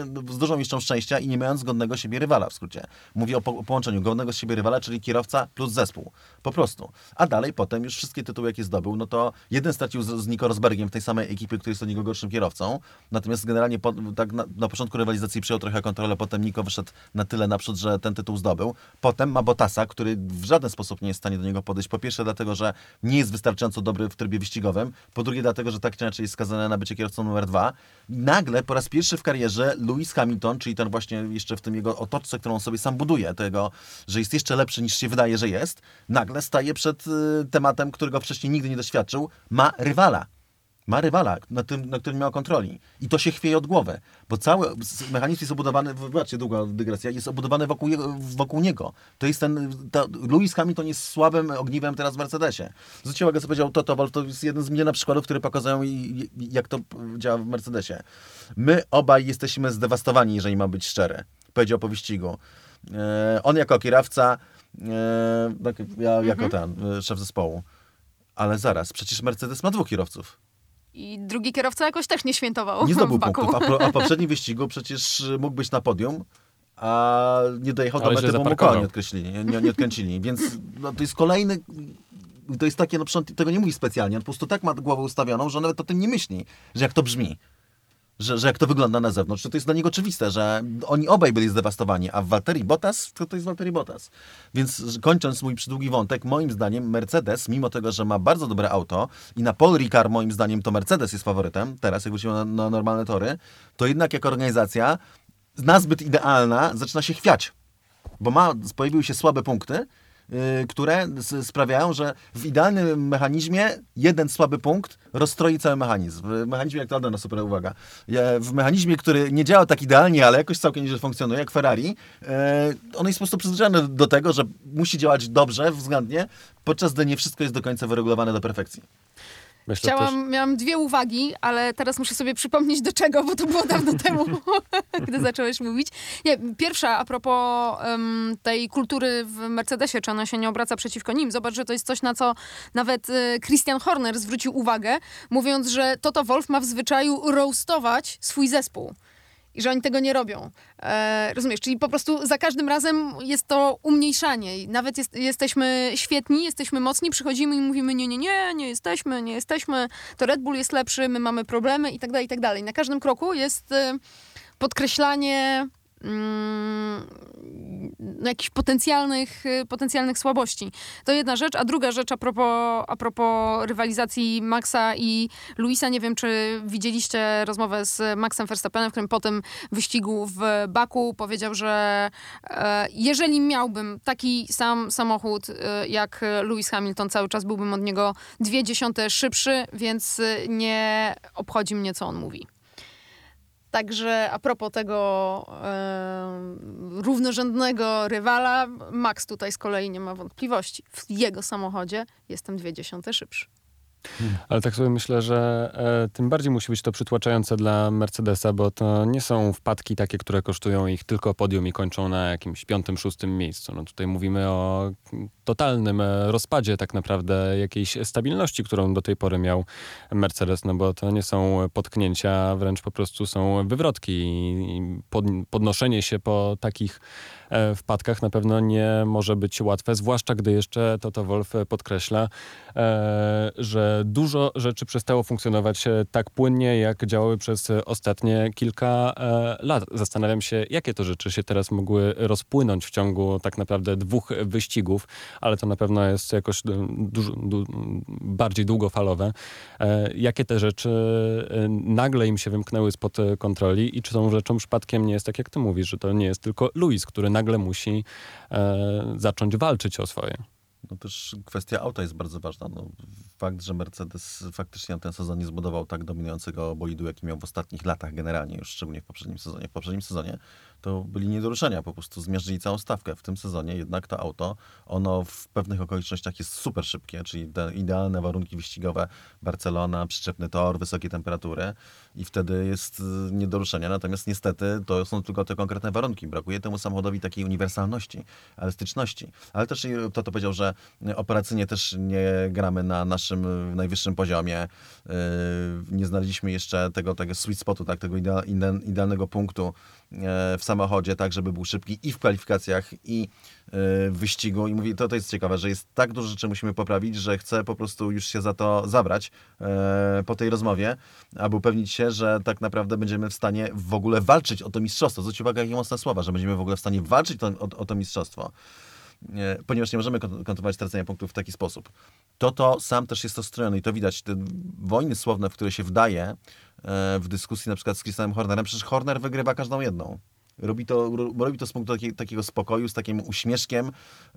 z dużą ilością szczęścia i nie mając godnego siebie rywala, w skrócie. Mówię o, po, o połączeniu godnego z siebie rywala, czyli kierowca plus zespół. Po prostu. A dalej potem już wszystkie tytuły, jakie zdobył, no to jeden stracił z, z Nico Rosbergiem w tej samej ekipie, który jest od niego gorszym kierowcą. Natomiast generalnie po, tak na, na początku rywalizacji przyjął trochę kontrolę, potem Nico wyszedł na tyle naprzód, że ten tytuł zdobył. Potem ma Bottasa, który w żaden sposób nie jest w stanie do niego podejść. Po pierwsze dlatego, że nie jest wystarczająco dobry w trybie wyścigowym. Po drugie dlatego, że tak czy inaczej jest skazany na bycie kierowcą numer dwa. Nagle po raz pierwszy w karierze Lewis Hamilton, czyli ten właśnie jeszcze w tym jego otoczce, którą sobie sam buduje, tego, że jest jeszcze lepszy niż się wydaje, że jest, nagle staje przed y, tematem, którego wcześniej nigdy nie doświadczył. Ma rywala. Ma rywala, na, tym, na którym miał kontroli. I to się chwieje od głowy. Bo cały mechanizm jest obudowany, wybaczcie, długa dygresja, jest obudowany wokół, wokół niego. To jest ten, ta, Lewis Hamilton jest słabym ogniwem teraz w Mercedesie. Zwróćcie uwagę, co powiedział Toto Wolff, to jest jeden z miliona przykładów, które pokazują, jak to działa w Mercedesie. My obaj jesteśmy zdewastowani, jeżeli mam być szczery. Powiedział po wyścigu. E, on jako kierowca, e, tak, ja mhm. jako ten, szef zespołu. Ale zaraz, przecież Mercedes ma dwóch kierowców. I drugi kierowca jakoś też nie świętował. Nie zdobył punktów, a, po, a poprzednim wyścigu przecież mógł być na podium, a nie dojechał do mety, bo mu koła nie odkreślili, nie, nie, nie odkręcili. Więc no, to jest kolejny, to jest takie, no przecież tego nie mówi specjalnie, on po prostu tak ma głowę ustawioną, że nawet o tym nie myśli, że jak to brzmi. Że, że jak to wygląda na zewnątrz, to, to jest dla niego oczywiste, że oni obaj byli zdewastowani, a w Valtteri Bottas, to, to jest Valtteri Bottas. Więc kończąc mój przydługi wątek, moim zdaniem Mercedes, mimo tego, że ma bardzo dobre auto i na Paul Ricard moim zdaniem to Mercedes jest faworytem, teraz jak wrócimy na, na normalne tory, to jednak jako organizacja nazbyt idealna zaczyna się chwiać, bo ma, pojawiły się słabe punkty, które sprawiają, że w idealnym mechanizmie jeden słaby punkt rozstroi cały mechanizm. W mechanizmie, jak to Adana, super uwaga, w mechanizmie, który nie działa tak idealnie, ale jakoś całkiem nieźle funkcjonuje, jak Ferrari, on jest po prostu przyzwyczajony do tego, że musi działać dobrze, względnie, podczas gdy nie wszystko jest do końca wyregulowane do perfekcji. Myślę Chciałam, też... miałam dwie uwagi, ale teraz muszę sobie przypomnieć do czego, bo to było dawno temu, gdy zacząłeś mówić. Nie, pierwsza, a propos um, tej kultury w Mercedesie, czy ona się nie obraca przeciwko nim. Zobacz, że to jest coś, na co nawet y, Christian Horner zwrócił uwagę, mówiąc, że Toto Wolff ma w zwyczaju roastować swój zespół. I że oni tego nie robią. E, rozumiesz? Czyli po prostu za każdym razem jest to umniejszanie. I nawet jest, jesteśmy świetni, jesteśmy mocni, przychodzimy i mówimy nie, nie, nie, nie jesteśmy, nie jesteśmy, to Red Bull jest lepszy, my mamy problemy i tak dalej, i tak dalej. Na każdym kroku jest y, podkreślanie mm, jakichś potencjalnych, y, potencjalnych słabości. To jedna rzecz, a druga rzecz a propos, a propos rywalizacji Maxa i Luisa. Nie wiem, czy widzieliście rozmowę z Maxem Verstappenem, w którym po tym wyścigu w Baku powiedział, że e, jeżeli miałbym taki sam samochód e, jak Lewis Hamilton, cały czas byłbym od niego dwie dziesiąte szybszy, więc nie obchodzi mnie, co on mówi. Także a propos tego e, równorzędnego rywala, Max tutaj z kolei nie ma wątpliwości. W jego samochodzie jestem dwie dziesiąte szybszy. Ale tak sobie myślę, że e, tym bardziej musi być to przytłaczające dla Mercedesa, bo to nie są wpadki takie, które kosztują ich tylko podium i kończą na jakimś piątym, szóstym miejscu. No tutaj mówimy o totalnym e, rozpadzie tak naprawdę jakiejś stabilności, którą do tej pory miał Mercedes, no bo to nie są potknięcia, wręcz po prostu są wywrotki i pod, podnoszenie się po takich e, wpadkach na pewno nie może być łatwe, zwłaszcza gdy jeszcze Toto Wolff podkreśla, e, że dużo rzeczy przestało funkcjonować tak płynnie, jak działały przez ostatnie kilka e, lat. Zastanawiam się, jakie to rzeczy się teraz mogły rozpłynąć w ciągu tak naprawdę dwóch wyścigów, ale to na pewno jest jakoś dużo, du, bardziej długofalowe. E, jakie te rzeczy e, nagle im się wymknęły spod kontroli i czy tą rzeczą przypadkiem nie jest tak, jak ty mówisz, że to nie jest tylko Lewis, który nagle musi e, zacząć walczyć o swoje. No też kwestia auta jest bardzo ważna. No, fakt, że Mercedes faktycznie na ten sezon nie zbudował tak dominującego bolidu, jaki miał w ostatnich latach generalnie, już szczególnie w poprzednim sezonie. W poprzednim sezonie to byli nie do ruszenia, po prostu zmiażdżyli całą stawkę. W tym sezonie jednak to auto, ono w pewnych okolicznościach jest super szybkie, czyli te idealne warunki wyścigowe, Barcelona, przyczepny tor, wysokie temperatury i wtedy jest nie do ruszenia. Natomiast niestety to są tylko te konkretne warunki. Brakuje temu samochodowi takiej uniwersalności, elastyczności. Ale też to, to powiedział, że operacyjnie też nie gramy na naszym najwyższym poziomie. Nie znaleźliśmy jeszcze tego, tego sweet spotu, tak, tego idealnego punktu w samochodzie, tak, żeby był szybki i w kwalifikacjach, i w wyścigu. I mówi, to, to jest ciekawe, że jest tak dużo rzeczy musimy poprawić, że chcę po prostu już się za to zabrać po tej rozmowie, aby upewnić się, że tak naprawdę będziemy w stanie w ogóle walczyć o to mistrzostwo. Zwróćcie uwagę, jakie mocne słowa, że będziemy w ogóle w stanie walczyć to, o, o to mistrzostwo. Ponieważ nie możemy kontrolować tracenia punktów w taki sposób. To to sam też jest ostrojony i to widać. Te wojny słowne, w które się wdaje w dyskusji na przykład z Christianem Hornerem, przecież Horner wygrywa każdą jedną. Robi to, robi to z punktu taki, takiego spokoju, z takim uśmieszkiem,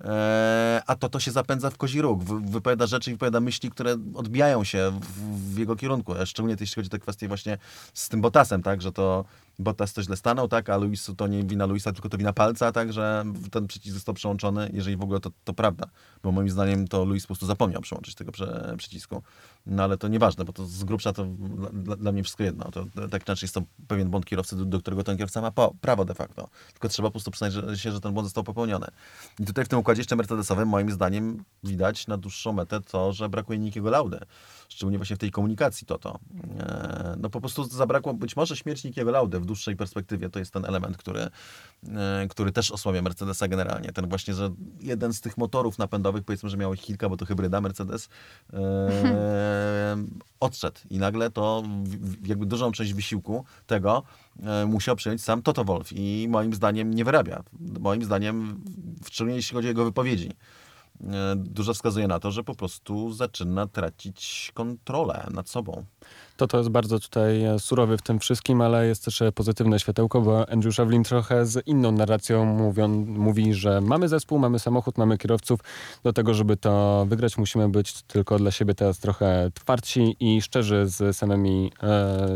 e, a to to się zapędza w kozi róg. Wy, wypowiada rzeczy i wypowiada myśli, które odbijają się w, w jego kierunku. A szczególnie jeśli chodzi o te kwestie właśnie z tym Bottasem, tak, że to Bottas to źle stanął, tak, a Lewis to nie wina Lewisa, tylko to wina palca, tak, że ten przycisk został przełączony, jeżeli w ogóle to, to prawda. Bo moim zdaniem to Lewis po prostu zapomniał przełączyć tego prze, przycisku. No ale to nieważne, bo to z grubsza to dla, dla mnie wszystko jedno. To, to, tak inaczej jest to pewien błąd kierowcy, do, do którego ten kierowca ma po, prawo de facto. Tylko trzeba po prostu przyznać się, że ten błąd został popełniony. I tutaj w tym układzie jeszcze mercedesowym moim zdaniem widać na dłuższą metę to, że brakuje Nikiego Laudy. Szczególnie właśnie w tej komunikacji to to. E, no po prostu zabrakło, być może śmierć Nikiego Laudy w dłuższej perspektywie to jest ten element, który, e, który też osłabia Mercedesa generalnie. Ten właśnie, że jeden z tych motorów napędowych, powiedzmy, że miał ich kilka, bo to hybryda Mercedes, e, odszedł. I nagle to w, jakby dużą część wysiłku tego e, musiał przyjąć sam Toto Wolff i moim zdaniem nie wyrabia. Moim zdaniem, szczególnie jeśli chodzi o jego wypowiedzi, dużo wskazuje na to, że po prostu zaczyna tracić kontrolę nad sobą. To to jest bardzo tutaj surowy w tym wszystkim, ale jest też pozytywne światełko, bo Andrew Shavlin trochę z inną narracją mówią, mówi, że mamy zespół, mamy samochód, mamy kierowców. Do tego, żeby to wygrać, musimy być tylko dla siebie teraz trochę twardsi i szczerzy z samymi, e,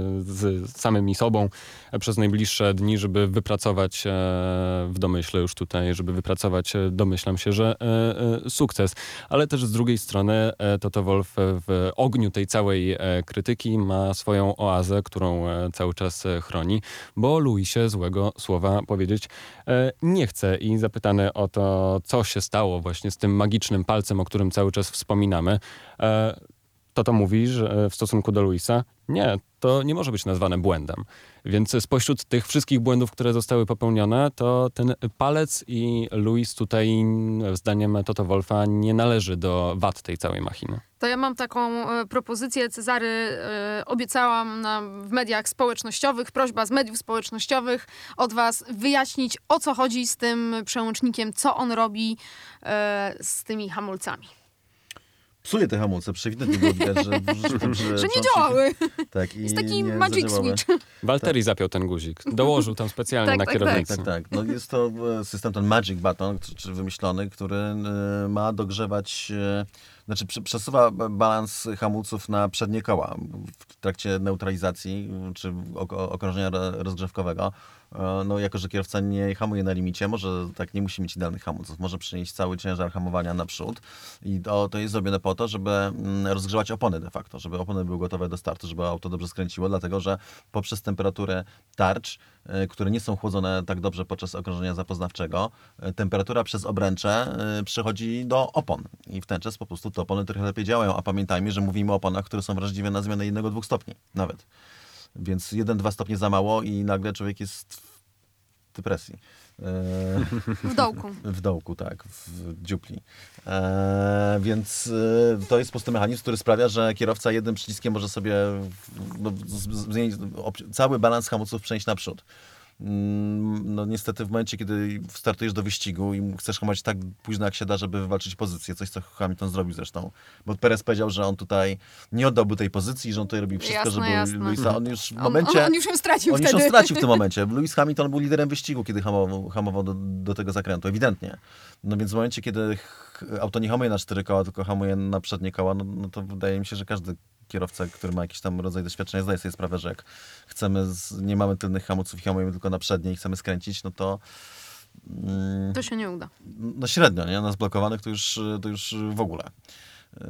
z samymi sobą przez najbliższe dni, żeby wypracować e, w domyśle już tutaj, żeby wypracować, e, domyślam się, że e, e, sukces. Ale też z drugiej strony e, Toto Wolff w ogniu tej całej e, krytyki ma swoją oazę, którą e, cały czas e, chroni, bo Luisie złego słowa powiedzieć e, nie chce. I zapytany o to, co się stało właśnie z tym magicznym palcem, o którym cały czas wspominamy, e, Toto mówi, że w stosunku do Luisa, nie, to nie może być nazwane błędem. Więc spośród tych wszystkich błędów, które zostały popełnione, to ten palec i Luis tutaj, zdaniem Toto Wolffa, nie należy do wad tej całej machiny. To ja mam taką e, propozycję. Cezary e, obiecałam na, w mediach społecznościowych, prośba z mediów społecznościowych od was wyjaśnić, o co chodzi z tym przełącznikiem, co on robi e, z tymi hamulcami. Psuje te hamulce, przewidywnie było widać, że... że, że, że nie działały. Tak, i jest taki nie magic zadziałały. switch. Walteri tak. zapiął ten guzik. Dołożył tam specjalnie tak, na tak, kierownicy. Tak, tak. No jest to system, ten magic button, czy wymyślony, który ma dogrzewać... Znaczy przesuwa balans hamulców na przednie koła w trakcie neutralizacji czy okrążenia rozgrzewkowego. No, jako że kierowca nie hamuje na limicie, może tak nie musi mieć idealnych hamulców, może przenieść cały ciężar hamowania naprzód i to, to jest zrobione po to, żeby rozgrzewać opony de facto, żeby opony były gotowe do startu, żeby auto dobrze skręciło, dlatego że poprzez temperaturę tarcz, które nie są chłodzone tak dobrze podczas okrążenia zapoznawczego, temperatura przez obręcze przechodzi do opon i w ten czas po prostu te opony trochę lepiej działają, a pamiętajmy, że mówimy o oponach, które są wrażliwe na zmianę jednego, dwóch stopni nawet. Więc jeden, dwa stopnie za mało i nagle człowiek jest w depresji. W dołku. W dołku, tak, w dziupli. E, więc e, to jest po prostu mechanizm, który sprawia, że kierowca jednym przyciskiem może sobie no, zmienić cały balans hamulców przenieść naprzód. No niestety w momencie, kiedy startujesz do wyścigu i chcesz hamować tak późno jak się da, żeby wywalczyć pozycję, coś co Hamilton zrobił zresztą, bo Perez powiedział, że on tutaj nie oddałby tej pozycji, że on tutaj robi wszystko, jasne, żeby jasne. Luisa, on już w On, momencie... on, on już ją stracił on wtedy. już ją stracił w tym momencie. Lewis Hamilton był liderem wyścigu, kiedy hamował, hamował do, do tego zakrętu, ewidentnie. No więc w momencie, kiedy auto nie hamuje na cztery koła, tylko hamuje na przednie koła, no, no to wydaje mi się, że każdy kierowca, który ma jakiś tam rodzaj doświadczenia, zdaje sobie sprawę, że jak chcemy, z, nie mamy tylnych hamulców i hamujemy tylko na przednie i chcemy skręcić, no to... Mm, to się nie uda. No średnio, nie? Na zblokowanych to już, to już w ogóle. Yy,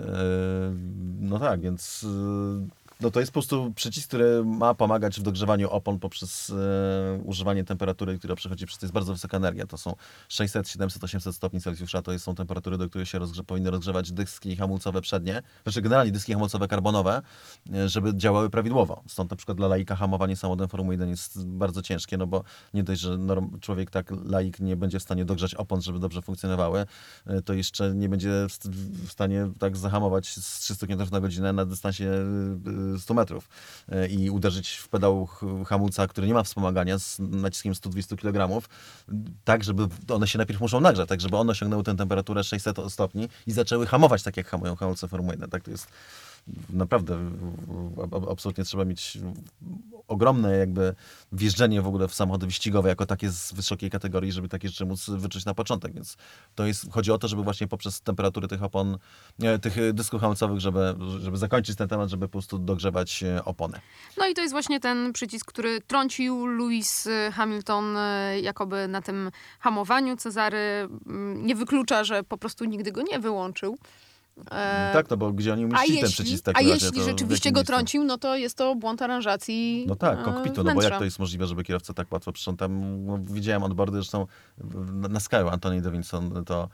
no tak, więc... Yy, no to jest po prostu przycisk, który ma pomagać w dogrzewaniu opon poprzez e, używanie temperatury, która przechodzi przez to jest bardzo wysoka energia. To są sześćset, siedemset, osiemset stopni Celsjusza. To są temperatury, do których się rozgrze- powinny rozgrzewać dyski hamulcowe przednie. Znaczy generalnie dyski hamulcowe karbonowe, e, żeby działały prawidłowo. Stąd na przykład dla laika hamowanie samochodem Formuły jeden jest bardzo ciężkie, no bo nie dość, że norm- człowiek tak, laik nie będzie w stanie dogrzać opon, żeby dobrze funkcjonowały, e, to jeszcze nie będzie w, w stanie tak zahamować z trzysta kilometrów na godzinę na dystansie e, stu metrów i uderzyć w pedał hamulca, który nie ma wspomagania z naciskiem sto dwadzieścia kilogramów, tak, żeby one się najpierw muszą nagrzać, tak, żeby one osiągnęły tę temperaturę sześćset stopni i zaczęły hamować tak, jak hamują hamulce Formuły jeden. Tak, to jest naprawdę absolutnie trzeba mieć ogromne jakby wjeżdżenie w ogóle w samochody wyścigowe jako takie z wysokiej kategorii, żeby takie rzeczy móc wyczuć na początek, więc to jest, chodzi o to, żeby właśnie poprzez temperatury tych opon, nie, tych dysków hamulcowych, żeby, żeby zakończyć ten temat, żeby po prostu dogrzewać opony. No i to jest właśnie ten przycisk, który trącił Lewis Hamilton jakoby na tym hamowaniu. Cezary nie wyklucza, że po prostu nigdy go nie wyłączył. E, tak, no bo gdzie oni umieścili ten przycisk? Tak a razie, jeśli rzeczywiście go trącił, no to jest to błąd aranżacji. No tak, kokpitu, e, no bo jak to jest możliwe, żeby kierowca tak łatwo przyszedł? No, widziałem onboardy, zresztą na, na Sky'u Anthony Davidson to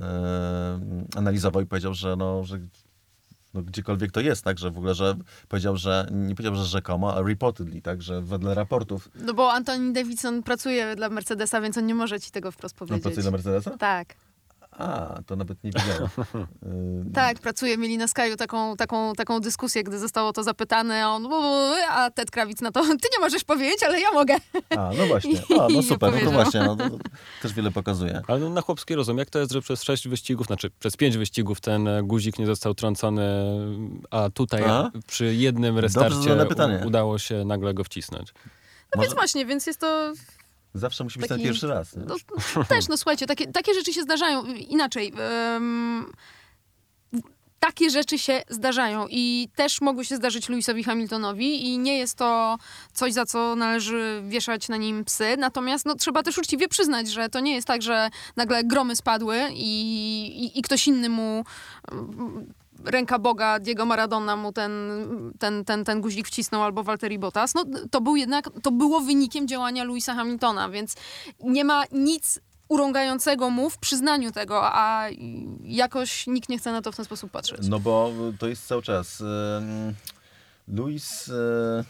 e, analizował i powiedział, że no, że no, gdziekolwiek to jest, tak, że w ogóle, że powiedział, że nie powiedział, że rzekomo, a reportedly, tak, że wedle raportów. No bo Anthony Davidson pracuje dla Mercedesa, więc on nie może ci tego wprost powiedzieć. On pracuje dla Mercedesa? Tak. A, to nawet nie wiedziałem. Tak, pracuje, mieli na Skyu taką, taką, taką dyskusję, gdy zostało to zapytane, a on, a Ted Kravitz na to, ty nie możesz powiedzieć, ale ja mogę. A, no właśnie. A, no super, no to właśnie, no, to, to też wiele pokazuje. Ale no, na chłopski rozum, jak to jest, że przez sześć wyścigów, znaczy przez pięć wyścigów ten guzik nie został trącony, a tutaj a? przy jednym restarcie u, udało się nagle go wcisnąć. No Może... więc właśnie, więc jest to... Zawsze musi być taki, ten pierwszy raz. No, też, no słuchajcie, takie, takie rzeczy się zdarzają. Inaczej, um, takie rzeczy się zdarzają i też mogły się zdarzyć Lewisowi Hamiltonowi i nie jest to coś, za co należy wieszać na nim psy. Natomiast no, trzeba też uczciwie przyznać, że to nie jest tak, że nagle gromy spadły i, i, i ktoś inny mu... Um, ręka Boga, Diego Maradona mu ten, ten, ten, ten guzik wcisnął, albo Valtteri Bottas. No, to był jednak, to było wynikiem działania Lewisa Hamiltona, więc nie ma nic urągającego mu w przyznaniu tego, a jakoś nikt nie chce na to w ten sposób patrzeć. No bo to jest cały czas. Lewis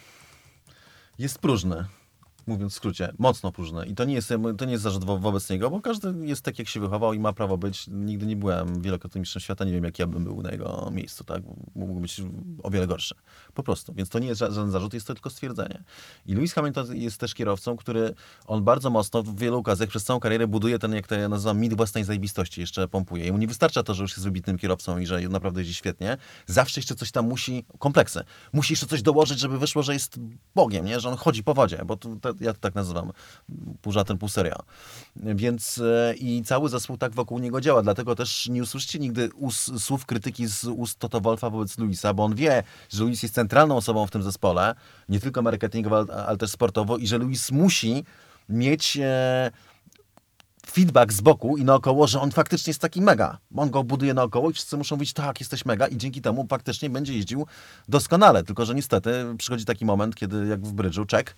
jest próżny. Mówiąc w skrócie, mocno próżne. I to nie jest, to nie jest zarzut wo- wobec niego, bo każdy jest tak, jak się wychował i ma prawo być. Nigdy nie byłem wielokrotnym mistrzem świata, nie wiem, jak ja bym był na jego miejscu, tak? Mógł być o wiele gorszy. Po prostu. Więc to nie jest żaden zarzut, jest to tylko stwierdzenie. I Lewis Hamilton jest też kierowcą, który on bardzo mocno w wielu okazjach przez całą karierę buduje ten, jak to ja nazywam, mit własnej zajebistości, jeszcze pompuje. Jemu nie wystarcza to, że już jest wybitnym kierowcą i że naprawdę jeździ świetnie. Zawsze jeszcze coś tam musi, kompleksy. Musi jeszcze coś dołożyć, żeby wyszło, że jest Bogiem, nie? Że on chodzi po wodzie, bo to, to, ja to tak nazywam, pół żartem, pół serio. Więc e, i cały zespół tak wokół niego działa, dlatego też nie usłyszycie nigdy us, słów krytyki z ust Toto Wolffa wobec Lewisa, bo on wie, że Lewis jest centralną osobą w tym zespole, nie tylko marketingowo, ale też sportowo i że Lewis musi mieć e, feedback z boku i naokoło, że on faktycznie jest taki mega. On go buduje naokoło i wszyscy muszą mówić, tak, jesteś mega i dzięki temu faktycznie będzie jeździł doskonale. Tylko że niestety przychodzi taki moment, kiedy jak w brydżu, check,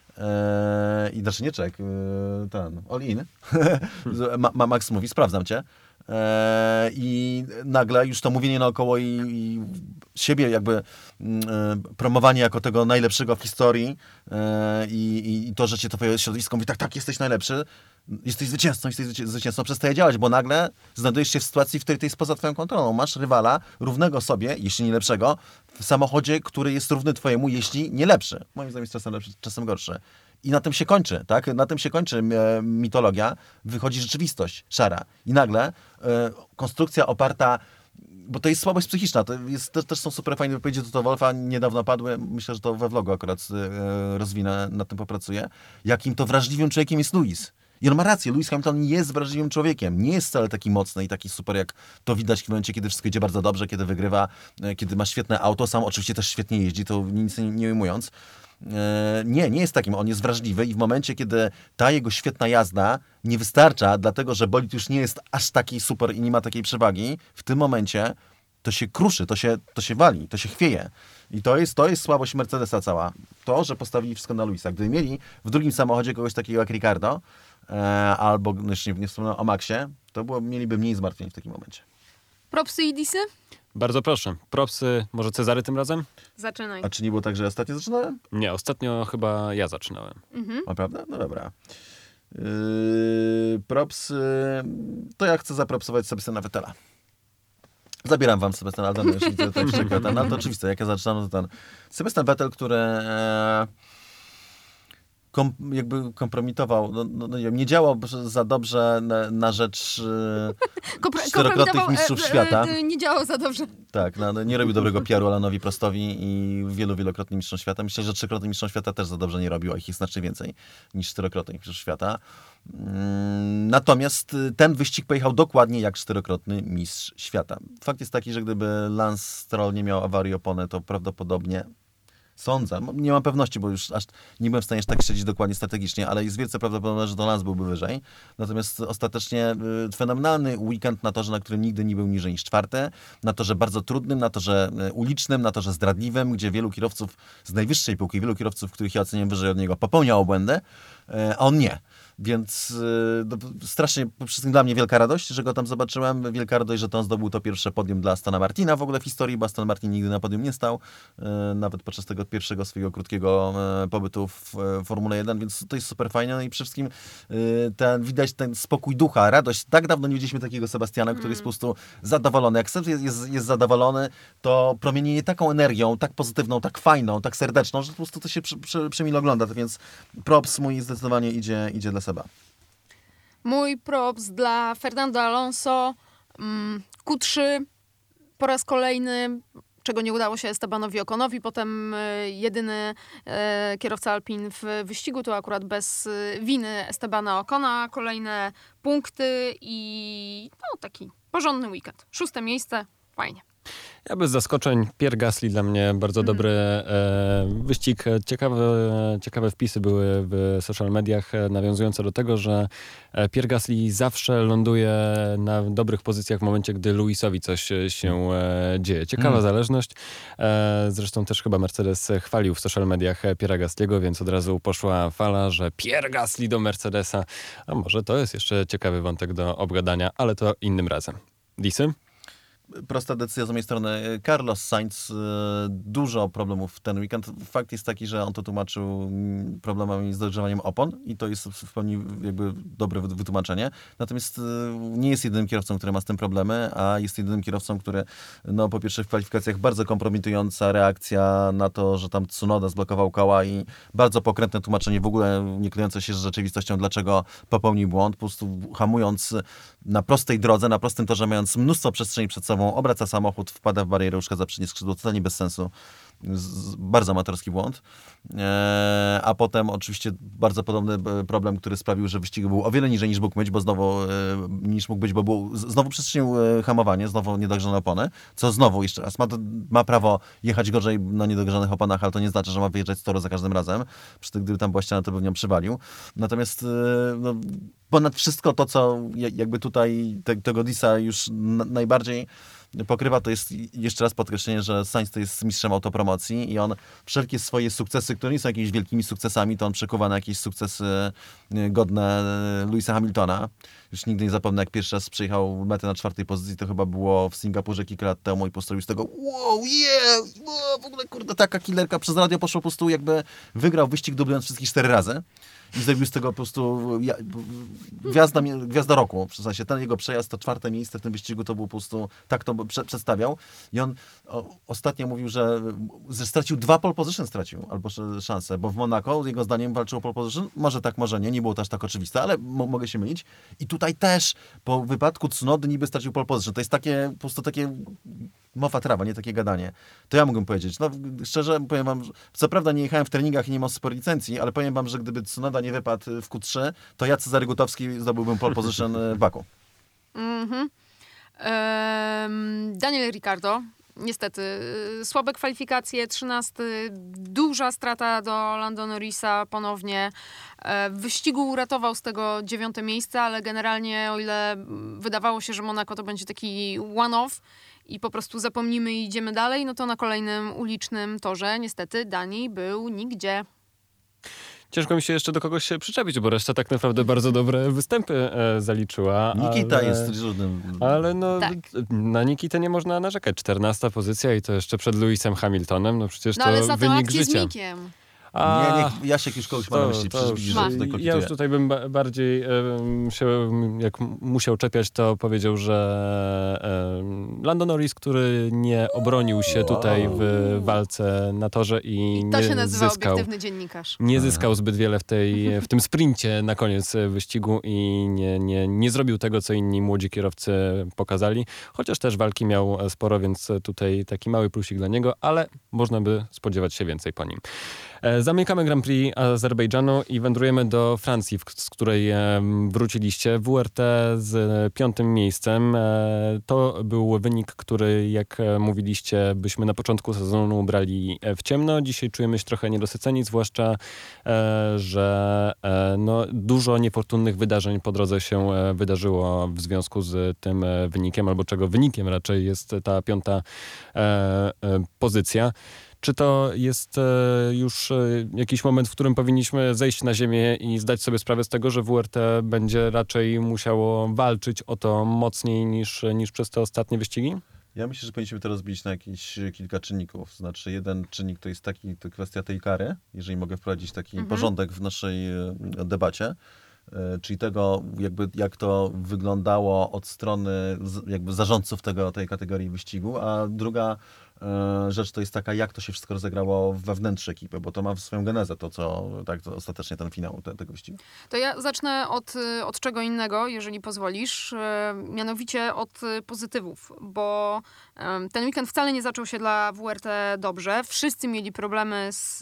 Eee, i znaczy nie czek, eee, ten, all in. Ma, Max mówi, sprawdzam cię. Eee, I nagle już to mówienie naokoło i, i siebie jakby e, promowanie jako tego najlepszego w historii e, i, i to, że cię to twoje środowisko mówi, tak, tak, jesteś najlepszy, jesteś zwycięzcą, jesteś zwycięzcą, przestaje działać, bo nagle znajdujesz się w sytuacji, w której to jest poza twoją kontrolą. Masz rywala równego sobie, jeśli nie lepszego, w samochodzie, który jest równy twojemu, jeśli nie lepszy. Moim zdaniem jest czasem lepszy, czasem gorszy. I na tym się kończy, tak? Na tym się kończy e, mitologia, wychodzi rzeczywistość szara. I nagle e, konstrukcja oparta, bo to jest słabość psychiczna, to jest, też, też są super fajne wypowiedzi Toto Wolffa, niedawno padły, myślę, że to we vlogu akurat e, rozwinę, nad tym popracuję, jakim to wrażliwym człowiekiem jest Lewis. I on ma rację, Lewis Hamilton jest wrażliwym człowiekiem. Nie jest wcale taki mocny i taki super, jak to widać w momencie, kiedy wszystko idzie bardzo dobrze, kiedy wygrywa, kiedy ma świetne auto, sam oczywiście też świetnie jeździ, to nic nie, nie ujmując. Nie, nie jest takim. On jest wrażliwy i w momencie, kiedy ta jego świetna jazda nie wystarcza, dlatego że bolid już nie jest aż taki super i nie ma takiej przewagi, w tym momencie to się kruszy, to się, to się wali, to się chwieje. I to jest, to jest słabość Mercedesa cała. To, że postawili wszystko na Lewisa. Gdyby mieli w drugim samochodzie kogoś takiego jak Ricardo, e, albo jeszcze nie, nie wspomnę o Maxie, to było, mieliby mniej zmartwień w takim momencie. Propsy i disy? Bardzo proszę. Propsy, może Cezary tym razem? Zaczynaj. A czy nie było tak, że ostatnio zaczynałem? Nie, ostatnio chyba ja zaczynałem. Mhm. A prawda? No dobra. Yy, propsy... To ja chcę zapropsować Sebastiana Vettela. Zabieram wam Sebastiana, ale już widzę tak szczeka ten, ale to oczywiste, jak ja zaczynam, to ten Sebastian Vettel, który e, kom, jakby kompromitował, no, no, no, nie działał za dobrze na, na rzecz e, Kompr- czterokrotnych mistrzów e, świata. E, e, nie działał za dobrze. Tak, no, nie robił dobrego P R-u Alanowi Prostowi i wielu, wielokrotnym mistrzom świata. Myślę, że trzykrotnym mistrzom świata też za dobrze nie robił, a ich jest znacznie więcej niż czterokrotnych mistrzów świata. Natomiast ten wyścig pojechał dokładnie jak czterokrotny mistrz świata. Fakt jest taki, że gdyby Lance Stroll nie miał awarii opony, to prawdopodobnie sądzę, nie mam pewności, bo już aż nie byłem w stanie tak śledzić dokładnie strategicznie, ale jest wielce prawdopodobne, że to Lance byłby wyżej. Natomiast ostatecznie y, fenomenalny weekend na torze, na którym nigdy nie był niżej niż czwarty, na torze bardzo trudnym, na torze y, ulicznym, na torze zdradliwym, gdzie wielu kierowców z najwyższej półki, wielu kierowców, których ja oceniam wyżej od niego, popełniało błędy. a on nie. Więc no, strasznie, przede wszystkim dla mnie wielka radość, że go tam zobaczyłem. Wielka radość, że to on zdobył to pierwsze podium dla Astona Martina w ogóle w historii, bo Aston Martin nigdy na podium nie stał, nawet podczas tego pierwszego swojego krótkiego pobytu w Formule jeden, więc to jest super fajne. No i przede wszystkim ten, widać ten spokój ducha, radość. Tak dawno nie widzieliśmy takiego Sebastiana, który jest po prostu zadowolony. Jak jest, jest, jest zadowolony, to promienienie taką energią, tak pozytywną, tak fajną, tak serdeczną, że po prostu to się przy, przy, przemile ogląda. Więc props mój zdecydowanie idzie, idzie dla Seba. Mój props dla Fernando Alonso. Q trzy po raz kolejny, czego nie udało się Estebanowi Oconowi. Potem jedyny kierowca Alpin w wyścigu, to akurat bez winy Estebana Ocona. Kolejne punkty i no, taki porządny weekend. Szóste miejsce, fajnie. Ja bez zaskoczeń. Pierre Gasly dla mnie bardzo mm. dobry e, wyścig. Ciekawe, ciekawe wpisy były w social mediach e, nawiązujące do tego, że Pierre Gasly zawsze ląduje na dobrych pozycjach w momencie, gdy Lewisowi coś się e, dzieje. Ciekawa mm. zależność. E, zresztą też chyba Mercedes chwalił w social mediach Pierre'a Gasly'ego, więc od razu poszła fala, że Pierre Gasly do Mercedesa. A może to jest jeszcze ciekawy wątek do obgadania, ale to innym razem. Disy? Prosta decyzja z mojej strony. Carlos Sainz, dużo problemów ten weekend. Fakt jest taki, że on to tłumaczył problemami z dogrzewaniem opon i to jest w pełni jakby dobre wytłumaczenie. Natomiast nie jest jedynym kierowcą, który ma z tym problemy, a jest jedynym kierowcą, który no po pierwsze w kwalifikacjach bardzo kompromitująca reakcja na to, że tam Tsunoda zblokował koła i bardzo pokrętne tłumaczenie, w ogóle nie klejące się z rzeczywistością, dlaczego popełnił błąd, po prostu hamując na prostej drodze, na prostym torze, mając mnóstwo przestrzeni przed sobą, obraca samochód, wpada w barierę, uszkadza przednie skrzydło, totalnie bez sensu. Z, bardzo amatorski błąd. E, a potem oczywiście bardzo podobny problem, który sprawił, że wyścig był o wiele niżej niż mógł być, bo znowu e, niż mógł być, bo był, znowu przestrzenił e, hamowanie, znowu niedogrzane opony, co znowu jeszcze raz ma, ma prawo jechać gorzej na niedogrzanych oponach, ale to nie znaczy, że ma wyjeżdżać z toru za każdym razem. Przy tym, gdyby tam była ściana, to by w nią przywalił. Natomiast e, no, ponad wszystko to, co jakby tutaj te, tego Disa już na, najbardziej pokrywa, to jest jeszcze raz podkreślenie, że Sainz to jest mistrzem autopromocji i on wszelkie swoje sukcesy, które nie są jakimiś wielkimi sukcesami, to on przekuwa na jakieś sukcesy godne Lewisa Hamiltona. Już nigdy nie zapomnę, jak pierwszy raz przejechał metę na czwartej pozycji, to chyba było w Singapurze kilka lat temu i postroił z tego wow, yeah, wow, w ogóle kurde, taka killerka przez radio poszło po prostu jakby wygrał wyścig dublując wszystkich cztery razy. I zrobił z tego po prostu gwiazda, gwiazda roku. W sensie ten jego przejazd, to czwarte miejsce w tym wyścigu, to był po prostu, tak to prze, przedstawiał. I on o, ostatnio mówił, że, że stracił dwa pole position, stracił, albo szansę, bo w Monako jego zdaniem walczył o pole position. Może tak, może nie, nie było to aż tak oczywiste, ale mo, mogę się mylić. I tutaj też po wypadku Tsunody niby stracił pole position. To jest takie, po prostu takie mowa trawa, nie takie gadanie. To ja mógłbym powiedzieć. No szczerze powiem wam, co prawda nie jechałem w treningach i nie mam super licencji, ale powiem wam, że gdyby Tsunoda nie wypadł w Q trzy, to ja Cezary Gutowski zdobyłbym pole position w Baku. Mhm. Ehm, Daniel Ricciardo. Niestety, słabe kwalifikacje, trzynasty, duża strata do Lando Norrisa ponownie. W wyścigu uratował z tego dziewiąte miejsce, ale generalnie o ile wydawało się, że Monaco to będzie taki one-off i po prostu zapomnimy i idziemy dalej, no to na kolejnym ulicznym torze niestety Dani był nigdzie. Ciężko mi się jeszcze do kogoś się przyczepić, bo reszta tak naprawdę bardzo dobre występy e, zaliczyła. Nikita ale, jest żadnym... Ale no, tak. na Nikitę nie można narzekać. czternasta pozycja i to jeszcze przed Lewisem Hamiltonem, no przecież no, to ale za wynik życia. życia. Z Mikiem. A, nie, niech Jasiek już kogoś ma na myśli, to, to przecież już, widzisz, że Ja już tutaj bym ba- bardziej um, się, jak musiał czepiać, to powiedział, że um, Lando Norris, który nie obronił się wow. tutaj w walce na torze i, I to nie się nazywa zyskał, obiektywny dziennikarz. Nie zyskał zbyt wiele w, tej, w tym sprincie na koniec wyścigu i nie, nie, nie zrobił tego, co inni młodzi kierowcy pokazali. Chociaż też walki miał sporo, więc tutaj taki mały plusik dla niego, ale można by spodziewać się więcej po nim. Zamykamy Grand Prix Azerbejdżanu i wędrujemy do Francji, z której wróciliście. W R T z piątym miejscem. To był wynik, który, jak mówiliście, byśmy na początku sezonu brali w ciemno. Dzisiaj czujemy się trochę niedosyceni, zwłaszcza, że no, dużo niefortunnych wydarzeń po drodze się wydarzyło w związku z tym wynikiem, albo czego wynikiem raczej jest ta piąta pozycja. Czy to jest e, już e, jakiś moment, w którym powinniśmy zejść na ziemię i zdać sobie sprawę z tego, że W R T będzie raczej musiało walczyć o to mocniej niż, niż przez te ostatnie wyścigi? Ja myślę, że powinniśmy to rozbić na jakieś kilka czynników. Znaczy jeden czynnik to jest taki, to kwestia tej kary, jeżeli mogę wprowadzić taki mhm. porządek w naszej debacie. Czyli tego, jakby jak to wyglądało od strony jakby zarządców tego, tej kategorii wyścigu, a druga e, rzecz to jest taka, jak to się wszystko rozegrało wewnątrz ekipy, bo to ma swoją genezę, to co tak to ostatecznie ten finał te, tego wyścigu. To ja zacznę od, od czego innego, jeżeli pozwolisz, e, mianowicie od pozytywów, bo e, ten weekend wcale nie zaczął się dla W R T dobrze. Wszyscy mieli problemy z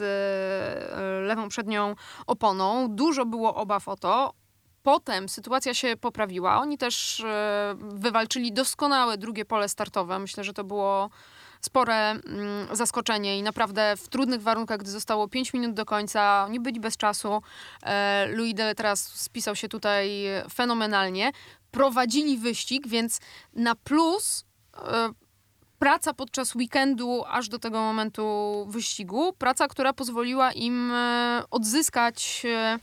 e, lewą przednią oponą. Dużo było obaw o to. Potem sytuacja się poprawiła. Oni też e, wywalczyli doskonałe drugie pole startowe. Myślę, że to było spore mm, zaskoczenie i naprawdę w trudnych warunkach, gdy zostało pięć minut do końca, oni byli bez czasu. E, Louis Deletraz spisał się tutaj fenomenalnie. Prowadzili wyścig, więc na plus e, praca podczas weekendu aż do tego momentu wyścigu. Praca, która pozwoliła im e, odzyskać e,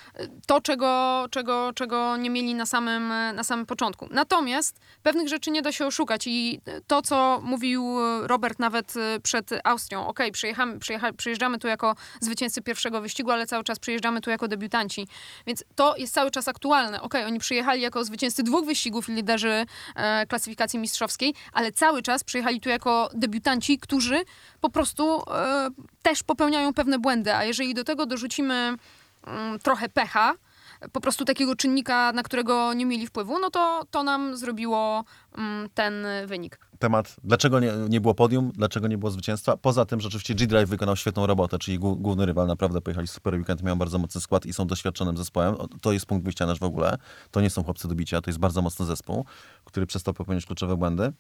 to, czego, czego, czego nie mieli na samym, na samym początku. Natomiast pewnych rzeczy nie da się oszukać i to, co mówił Robert nawet przed Austrią. Okej, okay, przyjechamy, przyjecha, przyjeżdżamy tu jako zwycięzcy pierwszego wyścigu, ale cały czas przyjeżdżamy tu jako debiutanci. Więc to jest cały czas aktualne. Okej, okay, oni przyjechali jako zwycięzcy dwóch wyścigów i liderzy e, klasyfikacji mistrzowskiej, ale cały czas przyjechali tu jako debiutanci, którzy po prostu e, też popełniają pewne błędy, a jeżeli do tego dorzucimy trochę pecha, po prostu takiego czynnika, na którego nie mieli wpływu, no to to nam zrobiło ten wynik. Temat, dlaczego nie, nie było podium, dlaczego nie było zwycięstwa. Poza tym, że oczywiście G-Drive wykonał świetną robotę, czyli główny rywal, naprawdę pojechali super weekend, miał bardzo mocny skład i są doświadczonym zespołem. To jest punkt wyjścia nasz w ogóle. To nie są chłopcy do bicia, to jest bardzo mocny zespół, który przestał popełniać kluczowe błędy.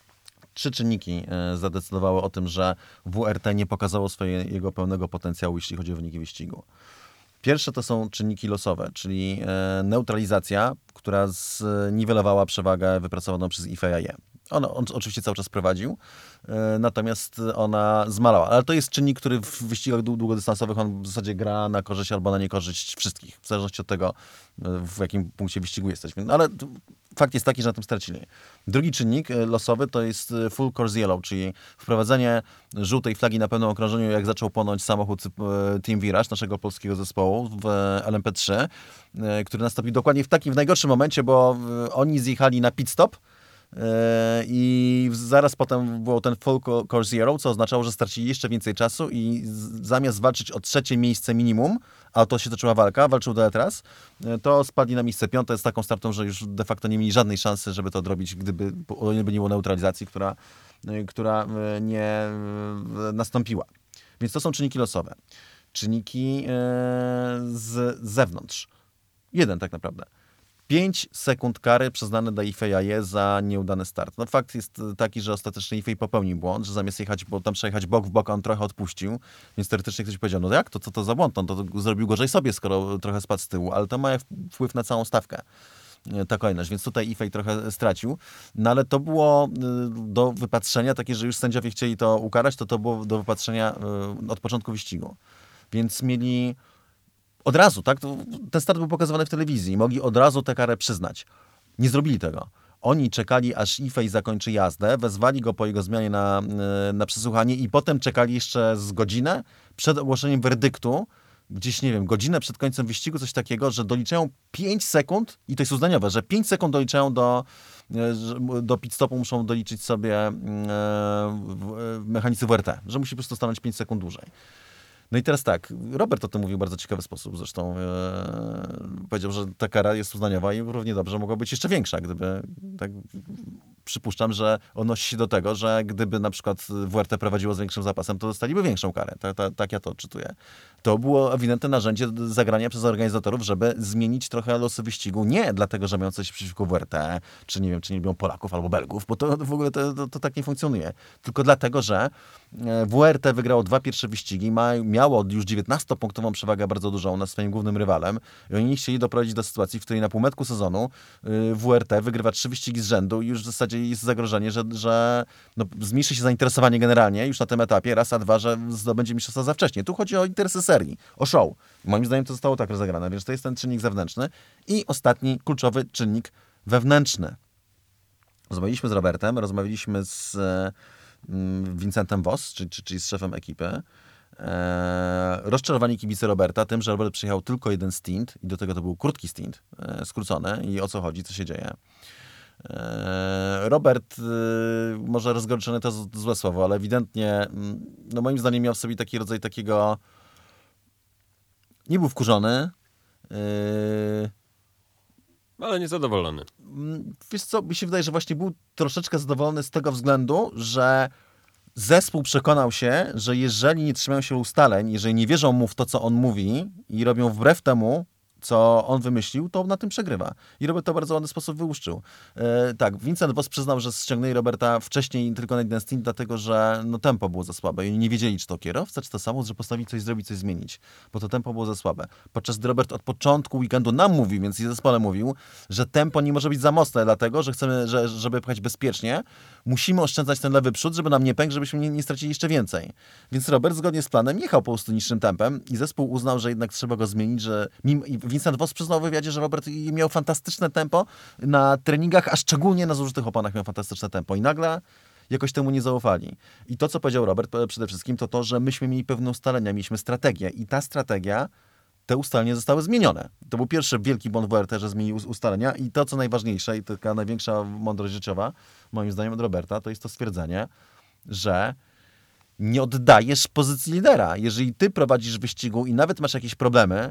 Trzy czynniki zadecydowały o tym, że W R T nie pokazało swojego pełnego potencjału, jeśli chodzi o wyniki wyścigu. Pierwsze to są czynniki losowe, czyli e, neutralizacja, która zniwelowała przewagę wypracowaną przez I F A I E. On, on oczywiście cały czas prowadził, e, natomiast ona zmalała. Ale to jest czynnik, który w wyścigach długodystansowych on w zasadzie gra na korzyść albo na niekorzyść wszystkich, w zależności od tego, w jakim punkcie wyścigu jesteś. Ale fakt jest taki, że na tym stracili. Drugi czynnik losowy to jest full course yellow, czyli wprowadzenie żółtej flagi na pełnym okrążeniu, jak zaczął płonąć samochód Team Virage, naszego polskiego zespołu w L M P trzy, który nastąpił dokładnie w takim, w najgorszym momencie, bo oni zjechali na pit stop i zaraz potem był ten full course zero, co oznaczało, że stracili jeszcze więcej czasu i zamiast walczyć o trzecie miejsce minimum, a to się toczyła walka, walczył Deletraz, to spadli na miejsce piąte z taką startą, że już de facto nie mieli żadnej szansy, żeby to odrobić, gdyby nie było neutralizacji, która, która nie nastąpiła. Więc to są czynniki losowe. Czynniki z zewnątrz. Jeden tak naprawdę. pięć sekund kary przyznane dla I F A I E za nieudany start. No fakt jest taki, że ostatecznie I F A I popełnił błąd, że zamiast jechać, bo tam przejechać bok w bok, on trochę odpuścił, więc teoretycznie ktoś powiedział, no jak, to co to, to za błąd? On to, to zrobił gorzej sobie, skoro trochę spadł z tyłu, ale to ma wpływ na całą stawkę. Ta kolejność, więc tutaj I F A I trochę stracił, no ale to było do wypatrzenia, takie, że już sędziowie chcieli to ukarać, to to było do wypatrzenia od początku wyścigu. Więc mieli od razu, tak? Ten start był pokazywany w telewizji i mogli od razu tę karę przyznać. Nie zrobili tego. Oni czekali, aż I F A I zakończy jazdę, wezwali go po jego zmianie na, na przesłuchanie i potem czekali jeszcze z godzinę przed ogłoszeniem werdyktu, gdzieś, nie wiem, godzinę przed końcem wyścigu, coś takiego, że doliczają pięć sekund, i to jest uznaniowe, że pięć sekund doliczają do, do pit stopu, muszą doliczyć sobie mechanicy W R T, że musi po prostu stanąć pięć sekund dłużej. No i teraz tak, Robert o tym mówił w bardzo ciekawy sposób, zresztą e, powiedział, że ta kara jest uznaniowa i równie dobrze mogła być jeszcze większa, gdyby, tak przypuszczam, że odnosi się do tego, że gdyby na przykład W R T prowadziło z większym zapasem, to dostaliby większą karę, tak, tak, tak ja to odczytuję. To było ewidentne narzędzie zagrania przez organizatorów, żeby zmienić trochę losy wyścigu, nie dlatego, że miał coś przeciwko W R T, czy nie wiem, czy nie lubią Polaków albo Belgów, bo to w ogóle to, to, to tak nie funkcjonuje, tylko dlatego, że W R T wygrało dwa pierwsze wyścigi, ma, miało już dziewiętnastopunktową przewagę bardzo dużą nad swoim głównym rywalem i oni chcieli doprowadzić do sytuacji, w której na półmetku sezonu W R T wygrywa trzy wyścigi z rzędu i już w zasadzie bardziej jest zagrożenie, że, że no, zmniejszy się zainteresowanie generalnie już na tym etapie, raz, a dwa, że zdobędzie mistrzostwa za wcześnie. Tu chodzi o interesy serii, o show. Moim zdaniem to zostało tak rozegrane, więc to jest ten czynnik zewnętrzny. I ostatni, kluczowy czynnik wewnętrzny. Rozmawialiśmy z Robertem, rozmawialiśmy z mm, Vincentem Voss, czyli, czyli z szefem ekipy. Eee, rozczarowani kibice Roberta tym, że Robert przyjechał tylko jeden stint i do tego to był krótki stint, e, skrócony i o co chodzi, co się dzieje. Eee, Robert, e, może rozgorczony to z, złe słowo, ale ewidentnie, no moim zdaniem miał w sobie taki rodzaj takiego, nie był wkurzony, e, ale niezadowolony. Wiesz co, mi się wydaje, że właśnie był troszeczkę zadowolony z tego względu, że zespół przekonał się, że jeżeli nie trzymają się ustaleń, jeżeli nie wierzą mu w to, co on mówi i robią wbrew temu, co on wymyślił, to na tym przegrywa. I Robert to w bardzo ładny sposób wyłuszczył. E, tak, Vincent Voss przyznał, że ściągnęli Roberta wcześniej tylko na jeden stint, dlatego że no, tempo było za słabe i nie wiedzieli, czy to kierowca, czy to samochód, że postawili coś zrobić, coś zmienić, bo to tempo było za słabe. Podczas gdy Robert od początku weekendu nam mówił, więc i zespole mówił, że tempo nie może być za mocne, dlatego, że chcemy, że, żeby pchać bezpiecznie, musimy oszczędzać ten lewy przód, żeby nam nie pękł, żebyśmy nie, nie stracili jeszcze więcej. Więc Robert zgodnie z planem jechał po prostu niższym tempem i zespół uznał, że jednak trzeba go zmienić, że mimo, Vincent Voss przyznał w wywiadzie, że Robert miał fantastyczne tempo na treningach, a szczególnie na zużytych oponach miał fantastyczne tempo i nagle jakoś temu nie zaufali. I to, co powiedział Robert przede wszystkim, to to, że myśmy mieli pewne ustalenia, mieliśmy strategię i ta strategia, te ustalenia zostały zmienione. To był pierwszy wielki błąd w W R T, że zmienił ustalenia i to, co najważniejsze i taka największa mądrość życiowa, moim zdaniem od Roberta, to jest to stwierdzenie, że nie oddajesz pozycji lidera. Jeżeli ty prowadzisz wyścigu i nawet masz jakieś problemy,